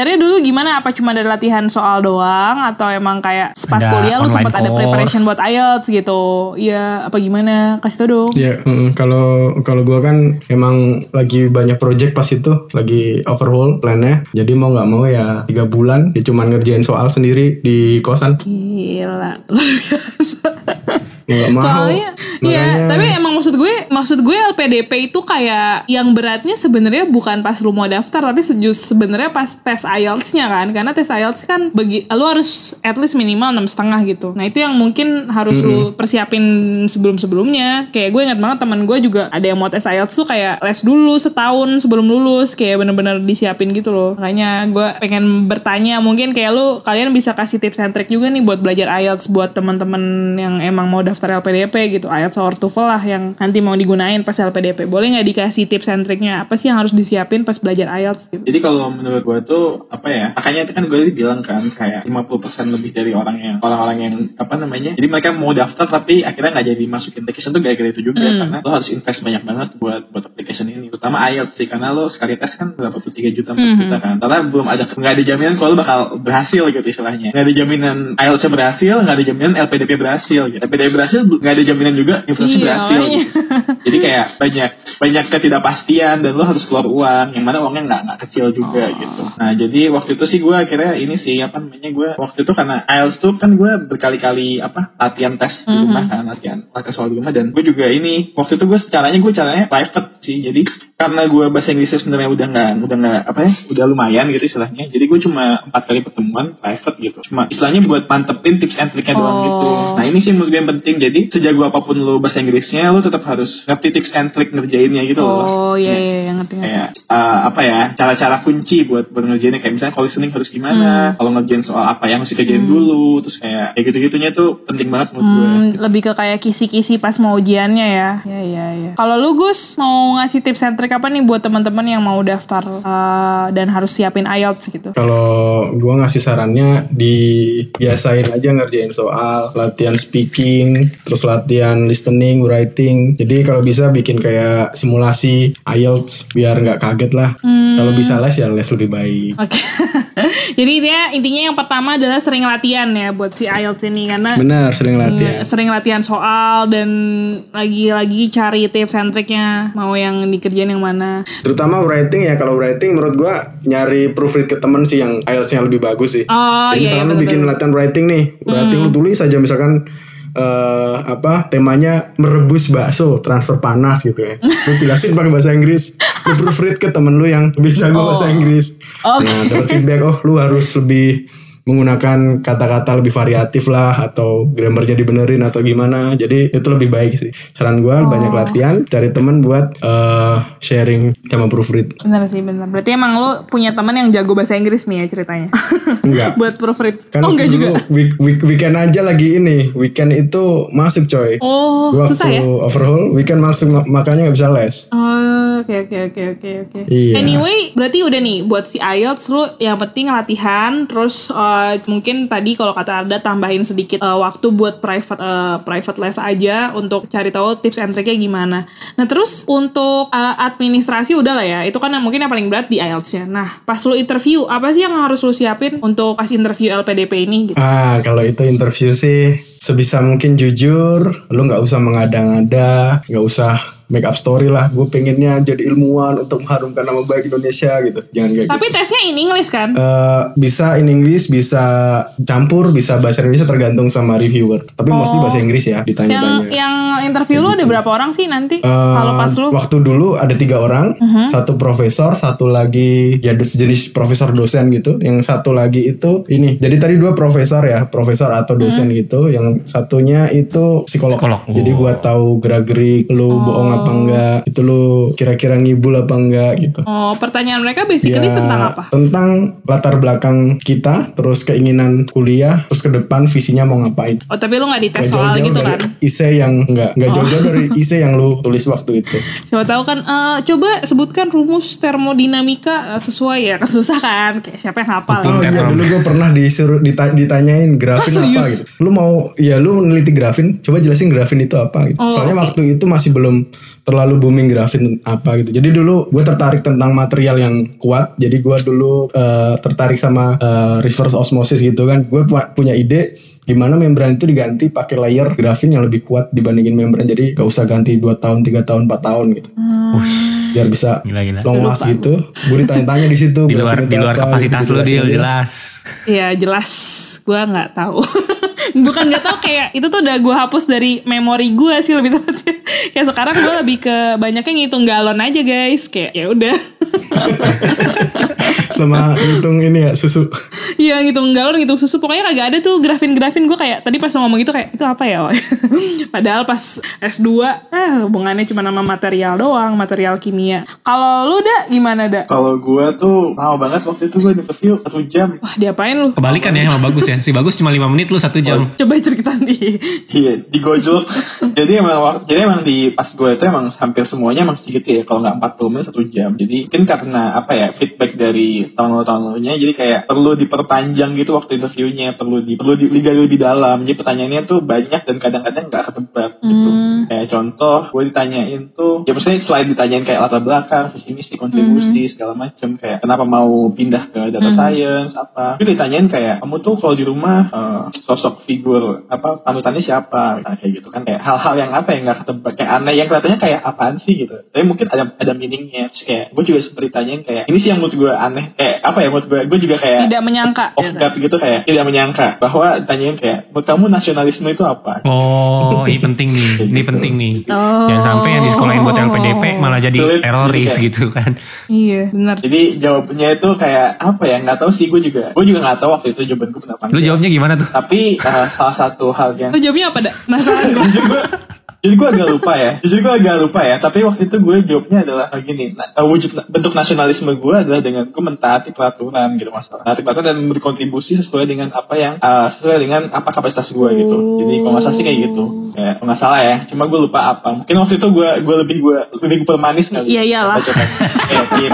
gimana? Apa cuma ada latihan soal doang atau emang kayak pas Ada kuliah lu online sempat ada course. preparation buat I E L T S gitu? Iya, apa gimana? Kasih tau dong. Ya, mm, kalau kalau gue kan emang lagi banyak project pas itu, lagi overhaul plannya. Jadi mau nggak mau ya tiga bulan, ya cuman ngerjain soal sendiri di kosan. Gila, luar biasa. Nggak mau. Soalnya, iya. Makanya- Tapi emang maksud gue, maksud gue L P D P itu kayak yang beratnya sebenarnya bukan pas lu mau daftar, tapi sejus sebenarnya pas tes I E L T S-nya kan, karena tes I E L T S kan, bagi, lu harus at least minimal enam setengah gitu. Nah itu yang mungkin harus mm-hmm. lu persiapin sebelum-sebelumnya. Kayak gue ingat banget teman gue juga ada yang mau tes I E L T S tuh kayak les dulu setahun sebelum lulus, kayak bener-bener disiapin gitu loh. Makanya gue pengen bertanya, mungkin kayak lu kalian bisa kasih tips and trick juga nih buat belajar I E L T S buat teman-teman yang emang mau daftar L P D P gitu, I E L T S or TOEFL lah yang nanti mau digunain pas L P D P. Boleh nggak dikasih tips and triknya apa sih yang harus disiapin pas belajar I E L T S gitu? Jadi kalau menurut gue tuh apa ya, makanya itu kan gue bilang kan kayak lima puluh persen lebih dari orang yang orang-orang yang apa namanya, jadi mereka mau daftar tapi akhirnya nggak jadi masukin application tuh gara-gara itu juga mm. karena lo harus invest banyak banget buat buat application ini, terutama I E L T S sih, karena lo sekali tes kan berapa tuh tiga juta empat juta kan, karena belum ada nggak ada jaminan kalau lo bakal berhasil gitu istilahnya, nggak ada jaminan I E L T S berhasil, nggak ada jaminan L P D P berhasil gitu. L P D P berhasil nggak ada jaminan juga universitas iya, berhasil gitu. Jadi kayak banyak banyak ketidakpastian dan lo harus keluar uang yang mana uangnya nggak nggak kecil juga oh. gitu. Nah jadi waktu itu sih gue akhirnya ini sih apa namanya, gue waktu itu karena I E L T S tuh kan gue berkali-kali apa latihan tes di rumah mm-hmm. kan, latihan latihan soal di rumah, dan gue juga ini waktu itu gue caranya gue caranya private sih. Jadi karena gue bahasa Inggrisnya sebenarnya udah nggak udah nggak apa ya udah lumayan gitu istilahnya, jadi gue cuma empat kali pertemuan private gitu, cuma istilahnya buat mantepin tips and triknya oh. doang gitu. Nah ini sih menurut gue yang penting, jadi sejago apapun lo bahasa Inggrisnya lo tetap harus ngerti tips and trick ngerjainnya gitu oh, loh. Oh iya iya ya, ngerti ngerti. Kayak uh, apa ya cara-cara kunci buat buat ngerjainnya, kayak misalnya kalau listening harus gimana, hmm. kalau ngerjain soal apa yang harus dikerjain hmm. dulu, terus kayak kayak gitu-gitunya tuh penting banget menurut hmm, gue. Lebih ke kayak kisi-kisi pas mau ujiannya ya. Ya ya ya. Kalau lu Gus mau ngasih tips and trick apa nih buat teman-teman yang mau daftar uh, dan harus siapin I E L T S gitu? Kalau gue ngasih sarannya dibiasain aja ngerjain soal, latihan speaking, terus latihan listening, writing. Jadi kalau bisa bikin kayak simulasi I E L T S biar nggak kaget lah. Hmm. Kalau bisa les ya les lebih baik. Oke. Okay. Jadi intinya, intinya yang pertama adalah sering latihan ya buat si I E L T S ini, karena benar sering latihan. Mm, sering latihan soal dan lagi-lagi cari tips and triknya mau yang dikerjain yang mana. Terutama writing ya, kalau writing menurut gua nyari proofread ke temen sih yang I E L T S-nya lebih bagus sih. Oh, jadi iya, misalkan iya, lu bikin latihan writing nih, writing hmm. lu tulis aja misalkan Uh, apa temanya merebus bakso transfer panas gitu ya, lu jelasin pakai bahasa Inggris, lu proofread ke temen lu yang lebih jago oh. bahasa Inggris. Okay. Nah dapat feedback, oh lu harus lebih menggunakan kata-kata lebih variatif lah, atau grammarnya dibenerin atau gimana. Jadi itu lebih baik sih. Saran gue oh. banyak latihan, cari teman buat uh, sharing sama proofread. Bener sih, bener. Berarti emang lu punya teman yang jago bahasa Inggris nih ya ceritanya? Enggak. Buat proofread? Kan oh enggak juga? Week, week, weekend aja lagi ini. Weekend itu masuk coy. Oh gua susah ya? Waktu overhaul, weekend masuk, makanya gak bisa les. Oh oke oke oke oke oke. Iya. Anyway, berarti udah nih buat si I E L T S lu yang penting latihan, terus uh, mungkin tadi kalau kata Arda tambahin sedikit uh, waktu buat private uh, private les aja untuk cari tahu tips and triknya gimana. Nah terus untuk uh, administrasi udah lah ya, itu kan mungkin yang paling berat di I E L T S-nya. Nah pas lu interview apa sih yang harus lu siapin untuk pas interview L P D P ini gitu? Ah kalau itu interview sih sebisa mungkin jujur, lu nggak usah mengada-ngada, nggak usah make up story lah, gue pengennya jadi ilmuwan untuk mengharumkan nama baik Indonesia gitu. Jangan kayak tapi gitu. Tesnya in English kan? Uh, bisa in English, bisa campur, bisa bahasa Indonesia tergantung sama reviewer. Tapi oh. mostly bahasa Inggris ya ditanya-tanya. Yang, yang interview lu gitu. Ada berapa orang sih nanti? Uh, kalau pas lu? Waktu dulu ada tiga orang, uh-huh. satu profesor, satu lagi ya sejenis profesor dosen gitu. Yang satu lagi itu ini. Jadi tadi dua profesor ya, profesor atau dosen uh-huh. gitu. Yang satunya itu psikolog. psikolog. Jadi buat tahu gerak-gerik lu oh. bohong apa enggak, itu lu kira-kira ngibul apa enggak gitu. Oh, pertanyaan mereka basically ya, tentang apa? Tentang latar belakang kita, terus keinginan kuliah, terus ke depan visinya mau ngapain. Oh, tapi lu enggak dites soal gitu kan? Ise yang enggak, enggak oh. jauh-jauh dari ise yang lu tulis waktu itu. Coba tahu kan, uh, coba sebutkan rumus termodinamika uh, sesuai ya, kesusah kan? Kayak siapa yang hafal? Oh iya, dulu gue pernah disuruh dita- ditanyain grafin oh, apa gitu. Lu mau, ya lu neliti grafin, coba jelasin grafin itu apa gitu. Oh, Soalnya okay. waktu itu masih belum terlalu booming grafin apa gitu. Jadi dulu gue tertarik tentang material yang kuat. Jadi gue dulu uh, tertarik sama uh, reverse osmosis gitu kan. Gue pu- punya ide gimana membran itu diganti pakai layer grafin yang lebih kuat dibandingin membran. Jadi gak usah ganti dua tahun, tiga tahun, empat tahun gitu. Hmm. Biar bisa gila-gila. Long last gitu. Gue ditanya-tanya di situ. Di luar, di luar apa, kapasitas lu dia jelas. Iya jelas. Gue nggak tahu. Bukan nggak tahu, kayak itu tuh udah gue hapus dari memori gue sih lebih tepatnya. Kayak sekarang gue lebih ke banyaknya ngitung galon aja guys. Kayak ya udah. Sama ngitung ini ya susu. Iya ngitung galon, ngitung susu. Pokoknya kagak ada tuh grafin-grafin. Gue kayak tadi pas ngomong gitu kayak itu apa ya? Padahal pas S dua eh hubungannya cuma nama material doang, material kimia. Kalau lu dah gimana dah? Kalau gue tuh lama banget waktu itu gue interview satu jam. Wah diapain lu? Kebalikan ya sama Bagus ya. Si Bagus cuma lima menit, lu satu jam. Coba cerita nih. Iya, digojok. Jadi emang jadi emang di pas gue itu emang hampir semuanya emang segitu ya. Kalau nggak empat puluh menit satu jam. Jadi mungkin karena apa ya, feedback dari tahun-tahun lalunya, jadi kayak perlu diperpanjang gitu waktu interviewnya, perlu di perlu digali lebih dalam. Jadi pertanyaannya tuh banyak dan kadang-kadang nggak ketebak gitu. Hmm. Kayak contoh, gue ditanyain tuh, ya maksudnya selain ditanyain kayak latar belakang, visi misi, kontribusi, hmm. segala macam, kayak kenapa mau pindah ke data hmm. science apa. Itu ditanyain kayak kamu tuh kalau di rumah uh, sosok figur apa panutannya siapa, nah, kayak gitu kan, kayak hal-hal yang apa yang nggak ketebak, kayak aneh, yang kelihatannya kayak apaan sih gitu, tapi mungkin ada ada meaningnya. Terus kayak gue juga seperti tanyain kayak ini sih yang menurut gue aneh, kayak apa ya menurut gue, gue juga kayak tidak menyangka off guard gitu, kayak tidak menyangka bahwa tanyain kayak menurut kamu nasionalisme itu apa. Oh ini penting nih, ini penting nih. Oh. Jangan sampai yang di sekolahin buat L P D P malah jadi Sulit, teroris gitu, gitu kan. Iya benar. Jadi jawabnya itu kayak apa ya, nggak tahu sih, gue juga gue juga nggak tahu waktu itu jawaban gue kenapa. Lu jawabnya gimana tuh? Tapi uh, salah satu hal yang Lu jawabnya apa dah? Penasaran gue. Jadi gue agak lupa ya, jujur gue agak lupa ya. Tapi waktu itu gue jawabnya adalah gini, nah, wujud bentuk nasionalisme gue adalah dengan gue mentaati peraturan gitu, masalah mentaati peraturan dan berkontribusi sesuai dengan apa yang uh, sesuai dengan apa kapasitas gue gitu. Jadi kalau nggak salah sih kayak gitu, ya kalau nggak salah ya. Cuma gue lupa apa. Mungkin waktu itu gue gue lebih gue lebih permanis kali. Iya iyalah. Iya.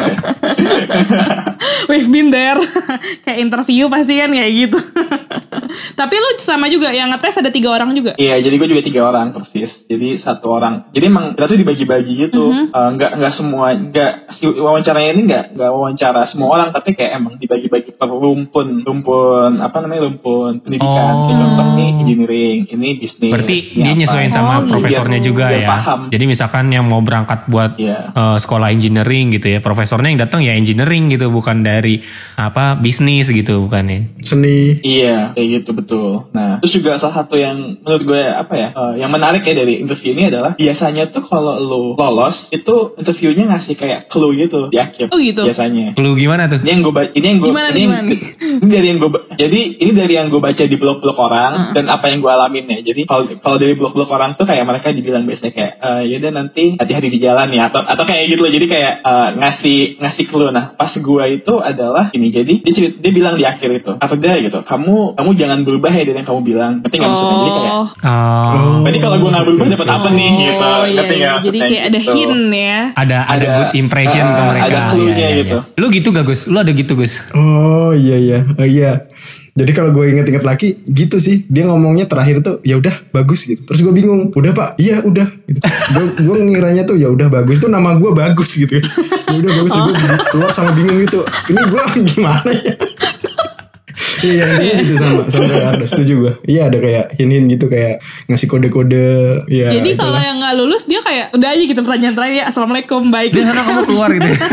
We've been there. Kayak interview pasti kan kayak gitu. Tapi lu sama juga yang ngetes ada tiga orang juga. Iya, jadi gue juga tiga orang persis. Jadi satu orang. Jadi emang kita tuh dibagi-bagi gitu. Uh-huh. Uh, nggak nggak semua, nggak si wawancaranya ini nggak nggak wawancara semua orang, tapi kayak emang dibagi-bagi per rumpun, rumpun apa namanya rumpun pendidikan. Oh. Kayak contoh ini engineering, ini bisnis. Berarti ini dia apa. nyesuaiin sama oh, profesornya biar, juga biar ya. Paham. Jadi misalkan yang mau berangkat buat yeah. uh, sekolah engineering gitu ya, profesornya yang datang ya engineering gitu, bukan dari apa bisnis gitu, bukan ya. Seni. Iya, kayak gitu betul. Nah, terus juga salah satu yang menurut gue apa ya, uh, yang menarik ya dari interview ini adalah biasanya tuh kalau lu lolos itu interviewnya ngasih kayak clue gitu di akhir. Oh gitu. Biasanya. Clue gimana tuh? Ini yang gue ini yang gue gimana, ini, gimana yang, ini dari yang gue jadi ini dari yang gue baca di blog-blog orang uh-huh. dan apa yang gue alamin ya. Jadi kalau kalau dari blog-blog orang tuh kayak mereka dibilang biasanya kayak uh, ya udah nanti hati-hati di jalan ya, atau atau kayak gitu loh. Jadi kayak uh, ngasih ngasih clue. Nah, pas gue itu adalah ini, jadi dia, cerit, dia bilang di akhir itu apa dia gitu, kamu kamu jangan berubah ya dari yang kamu bilang. Ngerti nggak maksudnya? Jadi kayak oh. Jadi kalau gue nggak berubah dapat apa nih gitu. Oh iya, iya. Jadi kayak ada gitu. hint ya. Ada ada, ada good impression uh, ke mereka. Ada clue-nya ya, ya, gitu. Ya. Lu gitu gak Gus? Lu ada gitu Gus? Oh iya iya. Oh iya. Jadi kalau gue inget-inget lagi gitu sih, dia ngomongnya terakhir tuh ya udah bagus gitu. Terus gue bingung, udah Pak, iya udah. Gitu. gue gue ngiranya tuh ya udah bagus tuh nama gue bagus gitu. Ya udah bagus, oh. Gue keluar sama bingung gitu. Ini gue gimana ya? Iya yang ini gitu sama sama kayak ada, setuju gue. Iya ada kayak hin-hin gitu, kayak ngasih kode-kode. Ya, jadi kalau yang nggak lulus dia kayak udah aja gitu pertanyaan terakhir ya, assalamualaikum baik. Di sana kamu keluar gitu. Ya.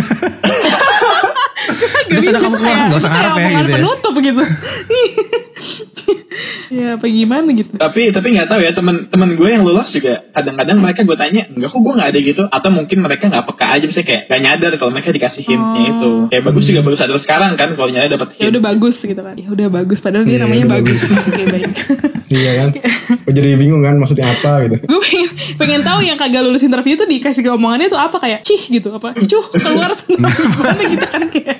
Di sana kamu keluar nggak usah ngarep ya gitu. Penutup gitu. Ya apa gimana gitu. Tapi tapi nggak tahu ya, teman-teman gue yang lulus juga kadang-kadang mereka gue tanya enggak kok gue nggak ada gitu, atau mungkin mereka nggak peka aja, misalnya kayak nggak nyadar kalau mereka dikasih hintnya oh. itu. Kayak bagus juga baru sadar sekarang kan kalau nyadar dapat hint. Ya udah bagus gitu kan. Ya udah bagus padahal dia yeah, namanya bagus. Oke baik. Iya kan. Gue jadi bingung kan maksudnya apa gitu. Gue pengen pengen tahu yang kagak lulus interview tuh dikasih omongannya tuh apa, kayak cih gitu apa cuh keluar sana gimana gitu kan kayak.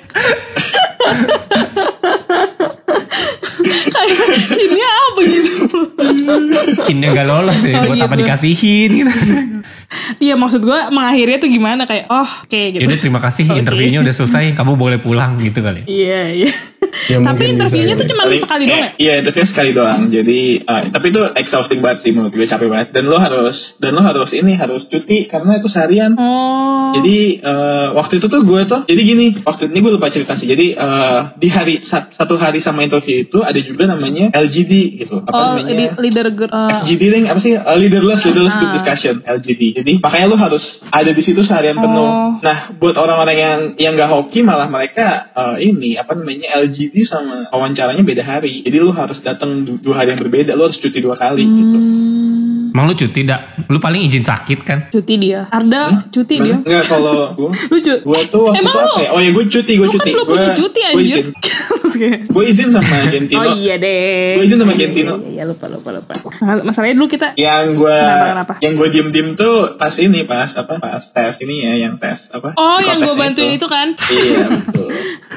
Kayak ini apa gitu. Kinnya gak lolos ya, oh, buat gitu. Apa dikasihin gitu. Iya maksud gue mengakhirnya tuh gimana, kayak oh oke okay, gitu. Yaudah terima kasih okay. Interviewnya udah selesai, kamu boleh pulang gitu kali. Iya iya. Ya, Tapi mungkin interviewnya bisa, tuh ya. cuma Paling- sekali doang eh, ya? Iya, interview sekali doang. Jadi, eh, tapi itu exhausting banget sih menurut gue, capek banget. Dan lo harus, dan lo harus ini harus cuti karena itu seharian. Oh. Jadi eh, waktu itu tuh gue tuh, jadi gini, waktu ini gue lupa cerita sih. Jadi eh, di hari sat- satu hari sama interview itu ada juga namanya L G D gitu. Apa Oh, namanya? di- leader group. uh, F G D ring apa sih? Uh, leaderless, leaderless group Ah. discussion L G D. Jadi makanya lu harus ada di situ seharian penuh. Oh. Nah, buat orang-orang yang yang nggak hoki malah mereka uh, ini apa namanya L G D sama wawancaranya beda hari. Jadi lu harus datang du- dua hari yang berbeda. Lu harus cuti dua kali gitu. hmm, Emang lu cuti dak? Lu paling izin sakit kan? cuti dia. Arda cuti dia. Enggak, kalau gue Lu cuti. gue tuh waktu Emang itu lu? apa ya? Oh ya gue cuti, gue Lu cuti. kan belum punya cuti Gue anjir. izin, gue izin sama Gentino. Oh iya deh. Gue izin sama Gentino. Iya lupa lupa lupa. Masalahnya dulu kita Yang gue Kenapa, kenapa? yang gue diem diem tuh pas ini pas apa pas tes ini ya yang tes apa? Oh yang gue psikotesnya bantuin itu, kan. Iya betul.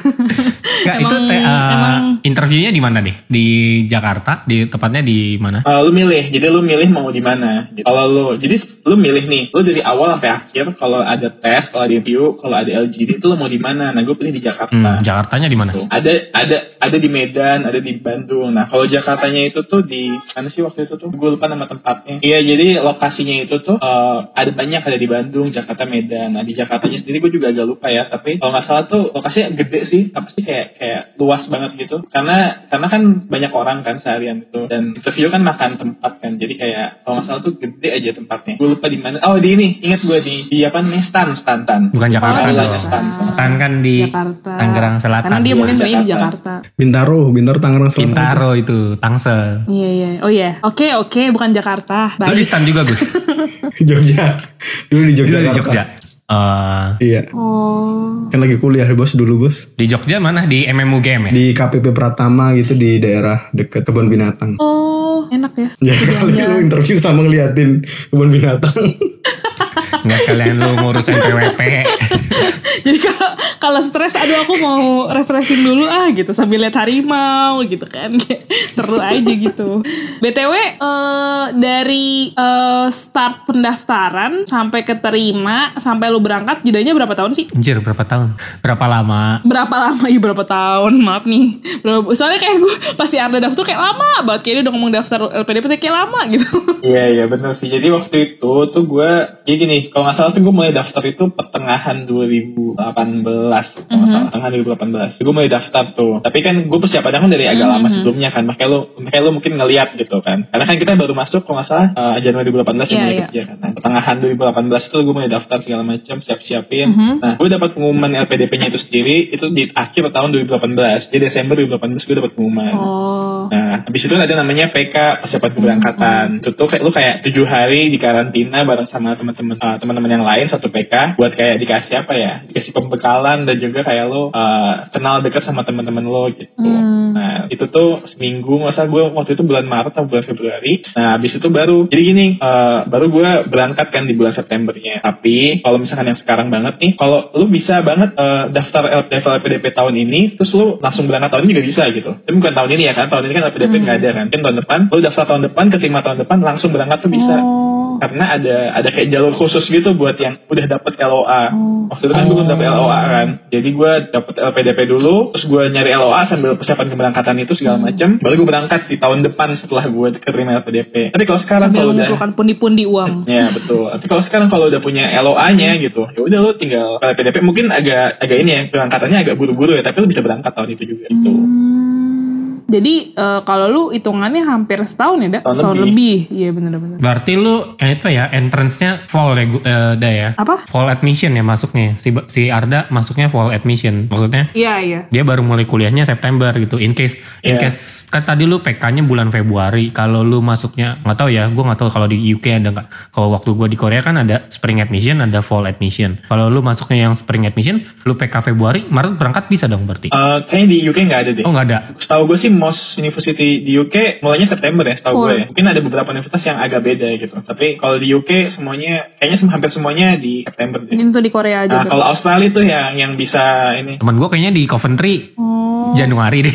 Enggak, itu Emang- te, uh, emang- interviewnya di mana deh? Di Jakarta, di tepatnya di mana? Uh, lu milih, jadi lu milih mau di mana. Gitu. Kalau lu, jadi lu milih nih, lu dari awal sampai akhir. Kalau ada tes, kalau ada interview, kalau ada L G D itu lu mau di mana. Nah, gue pilih di Jakarta. Hmm, Jakartanya di mana? Tuh. Ada, ada, ada di Medan, ada di Bandung. Nah, kalau Jakartanya itu tuh di mana sih waktu itu tuh? Gue lupa nama tempatnya. Iya, jadi lokasinya itu tuh uh, ada banyak, ada di Bandung, Jakarta, Medan. Nah, di Jakartanya sendiri gue juga agak lupa ya. Tapi kalau nggak salah tuh lokasinya gede sih. Apa sih kayak kayak luas banget gitu. Karena karena kan banyak orang kan seharian itu. Dan interview kan makan tempat kan. Jadi kayak kalau nggak salah tuh gede aja tempatnya. Gue lupa di mana. Oh di ini, ingat gue di di apa nih? Stan, Stan, Stan. Bukan Jakarta. Oh, dong. iya, Stan. Stan kan di Jakarta. Tangerang Selatan. Karena dia Iya, mungkin belinya di Jakarta. Jakarta. Bintaro, Bintaro Tangerang Selatan. Bintaro itu, Tangsel. Iya iya. Oh iya. Oke oke bukan Jakarta. Lu di Baik. Stan juga, Gus? Jogja. Dulu di Lu Jogja. di Jogja. Eh, Iya. Oh. Kan lagi kuliah bos dulu bos. di Jogja mana? Di M M U G M ya? Di K P P Pratama gitu di daerah dekat kebun binatang. Oh enak ya. Ya kali lu interview sama ngeliatin kebun binatang. Nggak sekalian lu ngurusin P W P. Jadi kalau kalau stres, aduh aku mau refreshing dulu ah gitu sambil lihat harimau gitu kan, seru aja gitu. B T W eh, dari eh, start pendaftaran sampai keterima sampai lu berangkat jedanya berapa tahun sih? Anjir, berapa tahun? Berapa lama? Berapa lama ya berapa tahun? Maaf nih. Berapa, soalnya kayak gue pasti Arda daftar kayak lama banget, kayaknya udah ngomong daftar L P D P kayak lama gitu. Iya iya benar sih. Jadi waktu itu tuh gue, jadi gini, kalau nggak salah tuh gue mulai daftar itu pertengahan dua ribu delapan belas, kalau nggak salah, pertengahan dua ribu delapan belas. Gue mulai daftar tuh. Tapi kan gue persiapannya kan dari agak lama sebelumnya kan, makanya lo, makanya lo mungkin ngeliat gitu kan. Karena kan kita baru masuk, kalau nggak salah uh, Januari dua ribu delapan belas Iya, yang mulai iya. kerja kan. Nah, pertengahan dua ribu delapan belas itu gue mulai daftar segala macam, siap-siapin. Nah, gue dapat pengumuman L P D P-nya itu sendiri itu di akhir tahun dua ribu delapan belas. Di Desember dua ribu delapan belas gue dapat pengumuman. Oh. Nah, habis itu ada namanya P K, persiapan keberangkatan. Itu tuh kayak lu kayak tujuh hari di karantina bareng sama teman-teman uh, teman-teman yang lain satu P K buat kayak dikasih apa ya? Dikasih pembekalan dan juga kayak lu uh, kenal dekat sama teman-teman lo gitu. Hmm. Nah, itu tuh seminggu, masa gue waktu itu bulan Maret atau bulan Februari. Nah, habis itu baru. Jadi gini, uh, baru gue berangkat kan di bulan Septembernya. Tapi kalau misalkan yang sekarang banget nih, kalau lu bisa banget uh, daftar L P D P tahun ini, terus lu langsung berangkat tahun ini juga bisa gitu. Tapi bukan tahun ini ya kan, tahun ini kan L P D P nggak ada kan. Mungkin tahun depan, lu daftar tahun depan, keterima tahun depan, langsung berangkat tuh bisa. Oh. Karena ada ada kayak jalur khusus gitu buat yang udah dapet L O A. Waktu itu kan gue belum dapet L O A kan. Jadi gue dapet L P D P dulu, terus gue nyari L O A sambil persiapan keberangkatan itu segala macam. Baru gue berangkat di tahun depan setelah gue keterima L P D P. Tapi kalau sekarang Sambil kalau udah mengumpulkan pundi-pundi uang. ya betul. Tapi kalau sekarang kalau udah punya L O A-nya gitu, ya udah lo tinggal L P D P mungkin agak agak ini ya berangkatannya agak buru-buru ya, tapi lo bisa berangkat tahun itu juga gitu. Jadi eh, kalau lu hitungannya hampir setahun ya, Dak? Tahun Tahun lebih. lebih. Iya bener-bener. Berarti lu eh, itu ya entrance-nya fall ya, Gu- eh, Da ya? Apa? Fall admission ya masuknya. Si, si Arda masuknya fall admission. Maksudnya Iya iya. dia baru mulai kuliahnya September gitu. In case in Iya. case kan tadi lu P K-nya bulan Februari. Kalau lu masuknya nggak tahu ya, gue nggak tahu kalau di U K ada nggak. Kalau waktu gue di Korea kan ada spring admission, ada fall admission. Kalau lu masuknya yang spring admission, lu P K Februari, Maret berangkat bisa dong berarti. Eh, kayaknya di U K nggak ada deh. Oh nggak ada. Setahu gue sih most university di U K mulainya September ya, setahu Full. gue ya. Mungkin ada beberapa universitas yang agak beda gitu. Tapi kalau di U K semuanya, kayaknya sem- hampir semuanya di September deh. Ini tuh di Korea aja. Nah, Dak. kalau Australia tuh yang yang bisa ini. Temen gue kayaknya di Coventry Oh. Januari deh.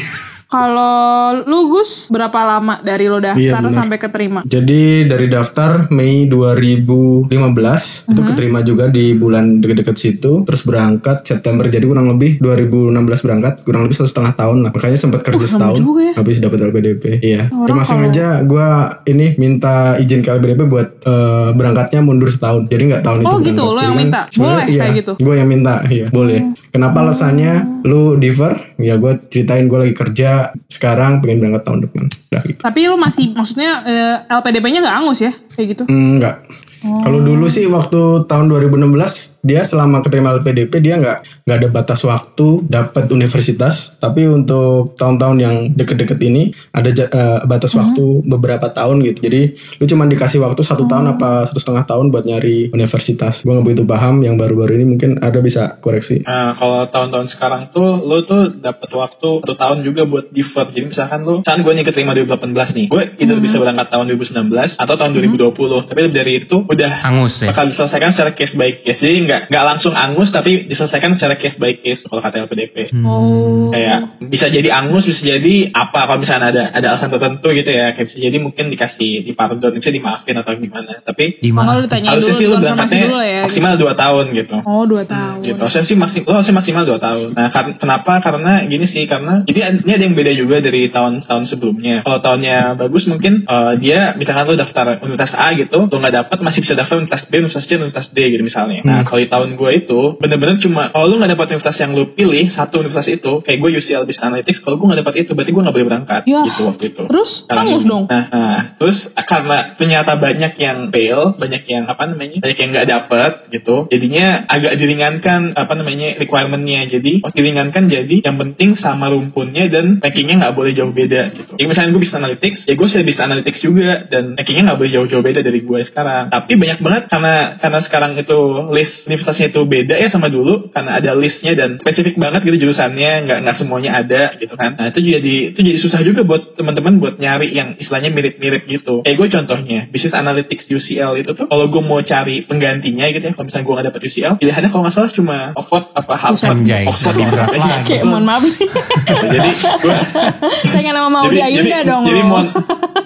Kalau lu Gus, berapa lama dari lo daftar Iya, benar. sampai keterima? Jadi dari daftar Mei dua ribu lima belas itu keterima juga di bulan deket-deket situ, terus berangkat September, jadi kurang lebih dua ribu enam belas berangkat, kurang lebih satu setengah tahun lah. Makanya sempat kerja lama setahun juga ya. habis dapat L P D P. Iya. Orang Termasuk kalau- aja gue ini minta izin ke L P D P buat eh, berangkatnya mundur setahun. Jadi nggak tahun Oh, itu gitu, berangkat. lo Jadi yang kan minta? sebenarnya Boleh iya, kayak gitu? gue yang minta, iya boleh. Kenapa alasannya lu defer? Ya gue ceritain gue lagi kerja sekarang, pengen berangkat tahun depan. Udah gitu. Tapi lu masih, maksudnya eh, L P D P-nya nggak angus ya? Kayak gitu? Hmm, enggak. Kalau dulu sih waktu tahun dua ribu enam belas dia selama keterima L P D P dia nggak nggak ada batas waktu dapat universitas. Tapi untuk tahun-tahun yang deket-deket ini ada ja- eh, batas waktu beberapa tahun gitu. Jadi lu cuma dikasih waktu satu tahun apa satu setengah tahun buat nyari universitas. Gue nggak begitu paham yang baru-baru ini, mungkin ada bisa koreksi. Nah, kalau tahun-tahun sekarang tuh, lo tuh dapat waktu satu tahun juga buat defer. Jadi misalkan lo, misalkan gue nih keterima dua ribu delapan belas nih, gue either bisa berangkat tahun dua ribu sembilan belas atau tahun dua ribu dua puluh. Tapi lebih dari itu udah Angus ya. bakal diselesaikan secara case by case. Jadi nggak nggak langsung angus, tapi diselesaikan secara case by case kalau kata L P D P. Oh. Kayak bisa jadi angus, bisa jadi apa apa misalnya ada ada alasan tertentu gitu ya. Kayak bisa jadi mungkin dikasih dipardon, bisa dimaafin atau gimana. Tapi Oh, Gimana? lu ditanyain harusnya dulu, sih lo konfirmasi berangkatnya dulu ya. maksimal dua tahun gitu. Oh, dua tahun. Gitu. Harusnya sih maksimal, lo harusnya maksimal dua tahun. Nah, kar- kenapa? Karena gini sih, karena jadi ini ada yang beda juga dari tahun-tahun sebelumnya. Kalau tahunnya bagus mungkin eh, dia misalkan lo daftar universitas A gitu, lo nggak dapet masih bisa daftar universitas B, universitas C, universitas D gitu misalnya. Nah, kalau di tahun gue itu bener-bener cuma kalau lo nggak dapet universitas yang lo pilih satu universitas itu, kayak gue U C L Business Analytics, kalau gue nggak dapet itu berarti gue nggak boleh berangkat Ya. gitu waktu itu. Terus, Sekarang angus ini. dong. Nah, nah, terus karena ternyata banyak yang fail, banyak yang apa namanya, banyak yang nggak dapet gitu, jadinya agak diringankan apa namanya requirement-nya. Jadi oh, diringankan jadi yang penting sama rumpunnya dan rankingnya nggak boleh jauh beda gitu. Jadi misalnya gue Business Analytics, ya gue bisa Business Analytics juga dan rankingnya nggak boleh jauh-jauh beda dari gue sekarang. Tapi banyak banget karena karena sekarang itu list universitasnya itu beda ya sama dulu, karena ada listnya dan spesifik banget gitu jurusannya, nggak nggak semuanya ada gitu kan. Nah itu jadi itu jadi susah juga buat teman-teman buat nyari yang istilahnya mirip-mirip gitu. Kayak gue contohnya Business Analytics U C L itu tuh kalau gue mau cari penggantinya gitu ya, kalau misalnya gue nggak dapet U C L, pilihannya kalau nggak salah cuma Oxford apa Harvard, Anjay, Oxford lebih berat apa lagi. Kayak mohon maaf nih. jadi gue Saya nggak nama Maudy jadi, Ayunda jadi, dong. jadi lo. mohon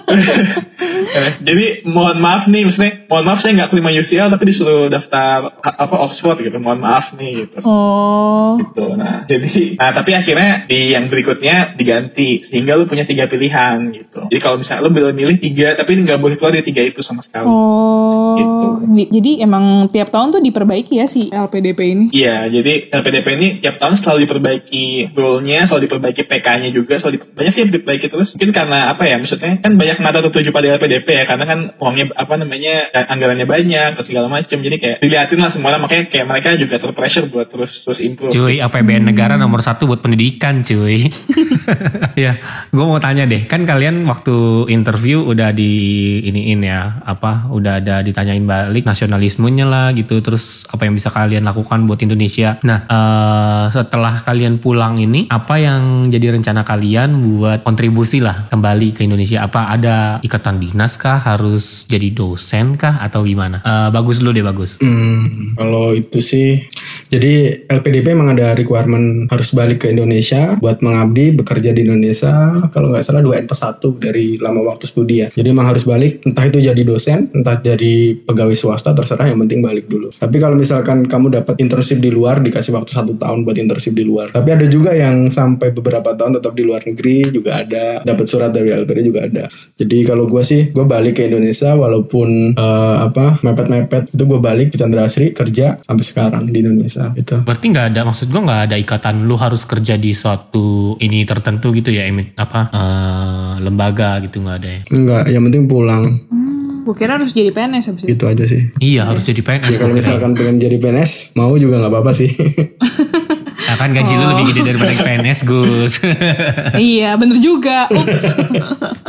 Eh, jadi mohon maaf nih, maksudnya mohon maaf saya nggak kelima U C L tapi disuruh daftar a- apa Oxford gitu, mohon maaf nih gitu. Oh. Gitu. Nah, jadi nah tapi akhirnya di yang berikutnya diganti sehingga lu punya tiga pilihan gitu. Jadi kalau misalnya lu boleh milih tiga tapi nggak boleh keluar dari tiga itu sama sekali. Oh. Gitu. Di- Jadi emang tiap tahun tuh diperbaiki ya si L P D P ini. Iya, jadi L P D P ini tiap tahun selalu diperbaiki rule-nya, selalu diperbaiki P K-nya juga, selalu diper- banyak sih yang diperbaiki terus. Mungkin karena apa ya, maksudnya kan banyak mata tertuju pada L P D P ya, karena kan uangnya apa namanya anggarannya banyak atau segala macam. Jadi kayak dilihatin lah semua orang, makanya kayak mereka juga terpressure buat terus terus improve. Cuy, A P B N negara nomor satu buat pendidikan cuy. Ya, gue mau tanya deh, kan kalian waktu interview udah di iniin ya, apa, udah ada ditanyain balik nasionalismenya lah gitu, terus apa yang bisa kalian lakukan buat Indonesia. Nah, eh, setelah kalian pulang ini, apa yang jadi rencana kalian buat kontribusi lah kembali ke Indonesia? Apa ada ikatan dinas kah? Harus jadi dosen kah? Atau gimana? Eh, bagus dulu deh, bagus. Hmm, kalau itu sih, jadi L P D P emang ada requirement harus balik ke Indonesia buat mengabdi, bekerja di Indonesia. Kalau nggak salah dua N plus satu dari lama waktu studi ya. Jadi emang harus balik, entah itu jadi dosen, entah jadi pegawai swasta, terserah, yang penting balik dulu. Tapi kalau misalkan kamu dapat internship di luar, dikasih waktu satu tahun buat internship di luar. Tapi ada juga yang sampai beberapa tahun tetap di luar negeri juga ada, dapat surat dari L P D juga ada. Jadi kalau gue sih, gue balik ke Indonesia walaupun eh, apa mepet-mepet itu gue balik ke Chandra Asri kerja sampai sekarang di Indonesia itu. Berarti nggak ada, maksud gue nggak ada ikatan lu harus kerja di suatu ini tertentu gitu ya, imi- apa eh, lembaga gitu, nggak ada ya? Enggak, yang penting pulang. Gue kira harus jadi P N S habis itu. Gitu aja sih. Iya, harus jadi P N S. Ya kalau misalkan pengen jadi P N S, mau juga nggak apa-apa sih. Nah, kan gaji lu lebih gede daripada P N S, Gus. Iya, bener juga. Ups.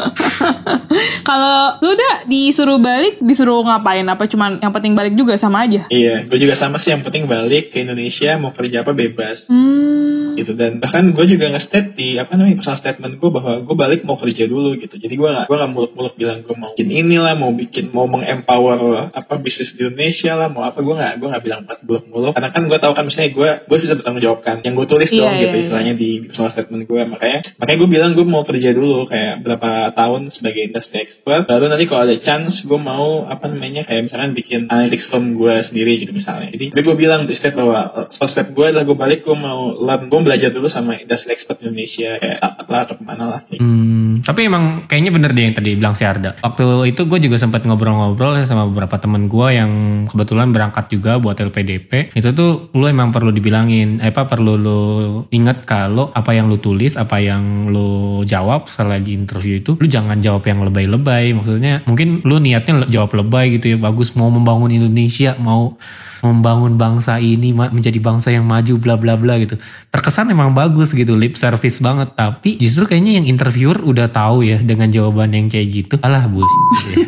Kalau lu udah disuruh balik, disuruh ngapain? Apa cuman yang penting balik juga sama aja? Iya, gue juga sama sih, yang penting balik ke Indonesia, mau kerja apa bebas. Hmm. Gitu. Dan bahkan gue juga nge-state di apa namanya personal statement gue bahwa gue balik mau kerja dulu gitu. Jadi gue gak gue gak muluk-muluk bilang gue mau bikin inilah, mau bikin mau mengempower apa bisnis di Indonesia lah, mau apa, gue gak gue gak bilang muluk-muluk. Karena kan gue tahu kan misalnya gue gue bisa bertanggung jawabkan yang gue tulis Iya, dong iya, gitu iya. istilahnya di personal statement gue. Makanya makanya gue bilang gue mau kerja dulu kayak berapa tahun sebagai industry expert. Baru nanti kalau ada chance gue mau apa namanya kayak misalkan bikin analytics firm gue sendiri gitu misalnya. Jadi gue bilang di step bahwa first step gue adalah gue balik gue mau learn, gue belajar dulu sama industry expert Indonesia kayak apa atau kemana lah. Hmm, tapi emang kayaknya bener deh yang tadi bilang si Arda. Waktu itu gue juga sempat ngobrol-ngobrol sama beberapa temen gue yang kebetulan berangkat juga buat L P D P. Itu tuh lu emang perlu dibilangin, eh, apa perlu lu inget kalau apa yang lu tulis, apa yang lu jawab selagi interview itu, lu jangan jawab yang lebay-lebay. Maksudnya mungkin lu niatnya jawab lebay gitu ya, bagus mau membangun Indonesia, mau membangun bangsa ini menjadi bangsa yang maju bla bla bla gitu. Terkesan emang bagus gitu, lip service banget, tapi justru kayaknya yang interviewer udah tahu ya dengan jawaban yang kayak gitu. Alah bullshit gitu ya.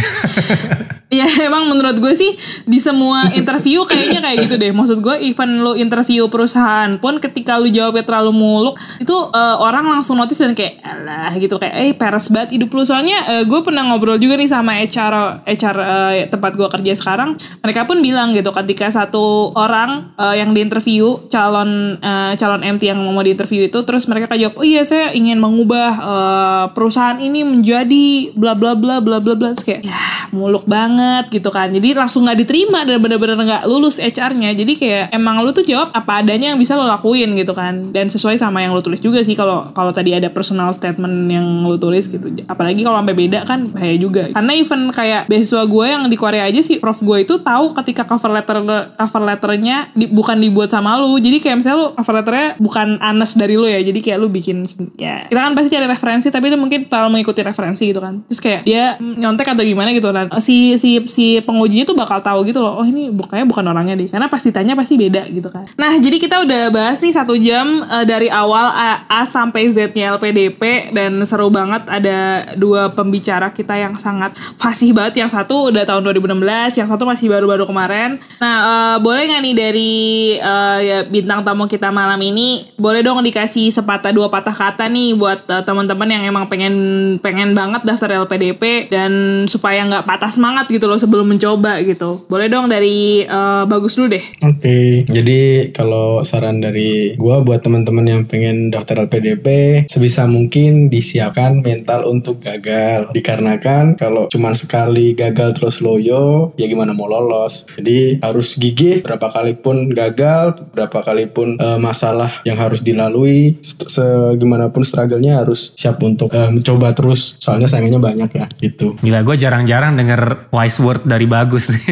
Ya emang menurut gue sih di semua interview kayaknya kayak gitu deh. Maksud gue even lu interview perusahaan pun ketika lu jawabnya terlalu muluk itu uh, orang langsung notice dan kayak alah gitu kayak eh peres banget hidup lu. Soalnya uh, gue pernah ngobrol juga nih sama H R H R uh, tempat gue kerja sekarang. Mereka pun bilang gitu ketika satu orang uh, yang diinterview calon uh, calon M T yang mau diinterview itu terus mereka kayak jawab oh iya saya ingin mengubah uh, perusahaan ini menjadi bla bla bla bla bla bla. Terus kayak ya muluk banget gitu kan, jadi langsung nggak diterima dan benar-benar nggak lulus H R-nya. Jadi kayak emang lu tuh jawab apa adanya yang bisa lo lakuin gitu kan, dan sesuai sama yang lu tulis juga sih. Kalau kalau tadi ada personal statement yang lu tulis gitu, apalagi kalau sampai beda kan bahaya juga. Karena even kayak beasiswa gue yang di Korea aja sih, prof gue itu tahu ketika cover letter cover letternya di, bukan dibuat sama lu. Jadi kayak misalnya lu cover letternya bukan anes dari lu ya, jadi kayak lu bikin ya kita kan pasti cari referensi tapi itu mungkin terlalu mengikuti referensi gitu kan. Terus kayak dia nyontek atau gimana gitu kan, si si si pengujinya tuh bakal tahu gitu loh, oh ini bukannya bukan orangnya deh, karena pas ditanya pasti beda gitu kan. Nah jadi kita udah bahas nih satu jam uh, dari awal A, A sampai Z-nya L P D P, dan seru banget. Ada dua pembicara kita yang sangat fasih banget, yang satu udah tahun dua ribu enam belas, yang satu masih baru-baru kemarin. Nah uh, boleh nggak nih dari uh, ya, bintang tamu kita malam ini, boleh dong dikasih sepatah dua patah kata nih buat uh, teman-teman yang emang pengen pengen banget daftar L P D P dan supaya nggak patah semangat gitu loh sebelum mencoba gitu. Boleh dong dari uh, Bagus dulu deh. Oke, okay. Jadi kalau saran dari gue buat teman-teman yang pengen daftar L P D P, sebisa mungkin disiapkan mental untuk gagal. Dikarenakan kalau cuma sekali gagal terus loyo, ya gimana mau lolos. Jadi harus gigih, berapa kali pun gagal, berapa kali pun uh, masalah yang harus dilalui, segimanapun struggle-nya harus siap untuk uh, mencoba terus. Soalnya saingannya banyak ya, gitu. Gila, gue jarang-jarang denger wise word dari Bagus nih.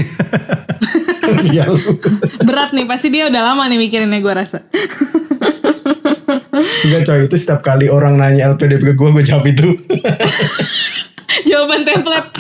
Berat nih, pasti dia udah lama nih mikirinnya gue rasa. Enggak coy, itu setiap kali orang nanya L P D P ke gue, gue jawab itu. Jawaban template.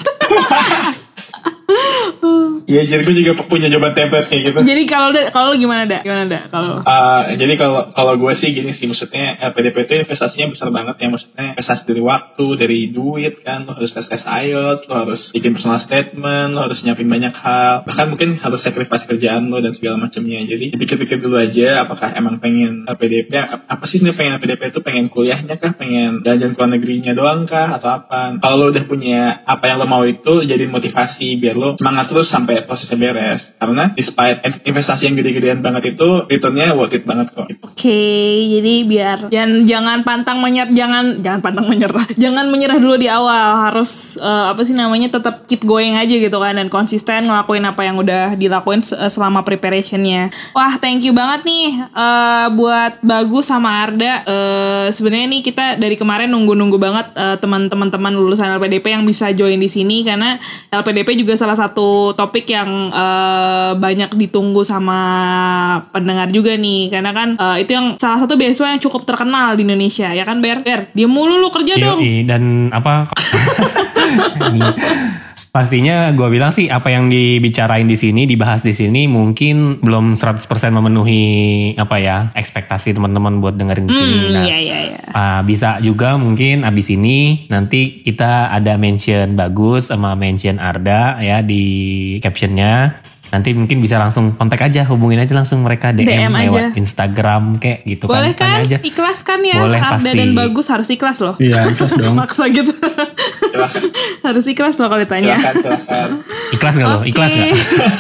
Iya, jadi gue juga punya jawaban template kayak gitu. Jadi kalau kalau gimana dak? Gimana dak? Kalau uh, jadi kalau kalau gue sih gini sih, maksudnya L P D P itu investasinya besar banget ya, maksudnya investasi dari waktu, dari duit kan, lo harus tes tes I E L T S, lo harus bikin personal statement, lo harus nyiapin banyak hal, bahkan mungkin harus sacrifice kerjaan lo dan segala macamnya. Jadi dipikir-pikir dulu aja, apakah emang pengen L P D P, apa sih nih pengen L P D P itu, pengen kuliahnya kah, pengen jalan-jalan ke luar negerinya doang kah, atau apa? Kalau lo udah punya apa yang lo mau itu, jadi motivasi biar lo semangat terus sampai prosesnya beres. Karena despite investasi yang gede-gedean banget itu, returnnya worth it banget kok. Oke, okay, jadi biar jangan jangan pantang menyerah, jangan jangan pantang menyerah, jangan menyerah dulu di awal. Harus uh, apa sih namanya, tetap keep going aja gitu kan, dan konsisten ngelakuin apa yang udah dilakuin selama preparationnya. Wah, thank you banget nih uh, buat Bagus sama Arda. Uh, Sebenarnya nih kita dari kemarin nunggu-nunggu banget uh, teman-teman lulusan L P D P yang bisa join di sini, karena L P D P juga salah satu topik yang uh, banyak ditunggu sama pendengar juga nih, karena kan uh, itu yang salah satu beasiswa yang cukup terkenal di Indonesia, ya kan Ber? Ber, dia mulu lu kerja Yoi, dong. Dan apa Pastinya gue bilang sih apa yang dibicarain di sini, dibahas di sini mungkin belum seratus persen memenuhi apa ya ekspektasi teman-teman buat dengerin di sini. Hmm, Nah, iya, iya, iya. uh, bisa juga mungkin abis ini nanti kita ada mention Bagus sama mention Arda ya di captionnya. Nanti mungkin bisa langsung kontak aja, hubungin aja langsung mereka D M, D M lewat aja. Instagram kayak gitu. Boleh kan, kan? tanya aja. Ikhlas kan ya? Boleh, Arda pasti. dan Bagus harus ikhlas loh. Iya, ikhlas dong. Maksa gitu. Harus ikhlas loh kalau ditanya. Silakan, silakan. Ikhlas gak lo? Oke. Ikhlas gak?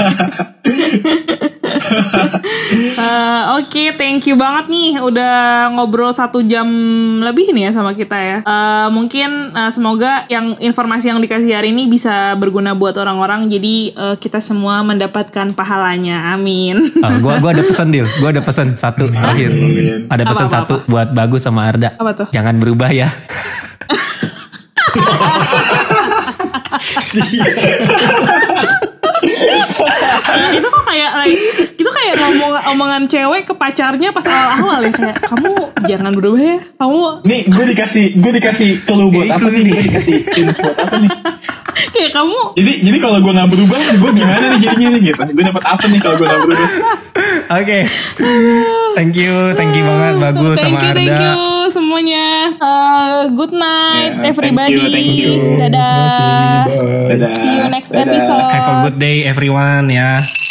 Eh, Oke, thank you banget nih udah ngobrol satu jam lebih nih ya sama kita ya. Eh, mungkin eh, semoga yang informasi yang dikasih hari ini bisa berguna buat orang-orang. Jadi eh, kita semua mendapatkan pahalanya. Amin. Oh, gua gua ada pesan Dil, gua ada pesan satu terakhir. Ada pesan Apa, apa, satu buat Bagus sama Arda. Apa tuh? Jangan berubah ya. Itu kok kayak like, itu kayak ngomong omongan cewek ke pacarnya pas awal-awal ya kayak kamu jangan berubah ya. Kamu Nih gue dikasih gue dikasih clue buat Ini apa clue nih? nih. Gue dikasih hints buat apa nih? kayak kamu Jadi jadi kalau gue nggak berubah, gue gimana nih jadinya nih gitu? Gue dapat apa nih kalau gue nggak berubah? Oke. Thank you, thank you banget Bagus thank sama you, Arda. thank you semuanya. Uh, good night Yeah, everybody. thank you, thank you. Dadah. Terima kasih. Bye. Dadah. See you next Dadah. episode. Have a good day everyone ya.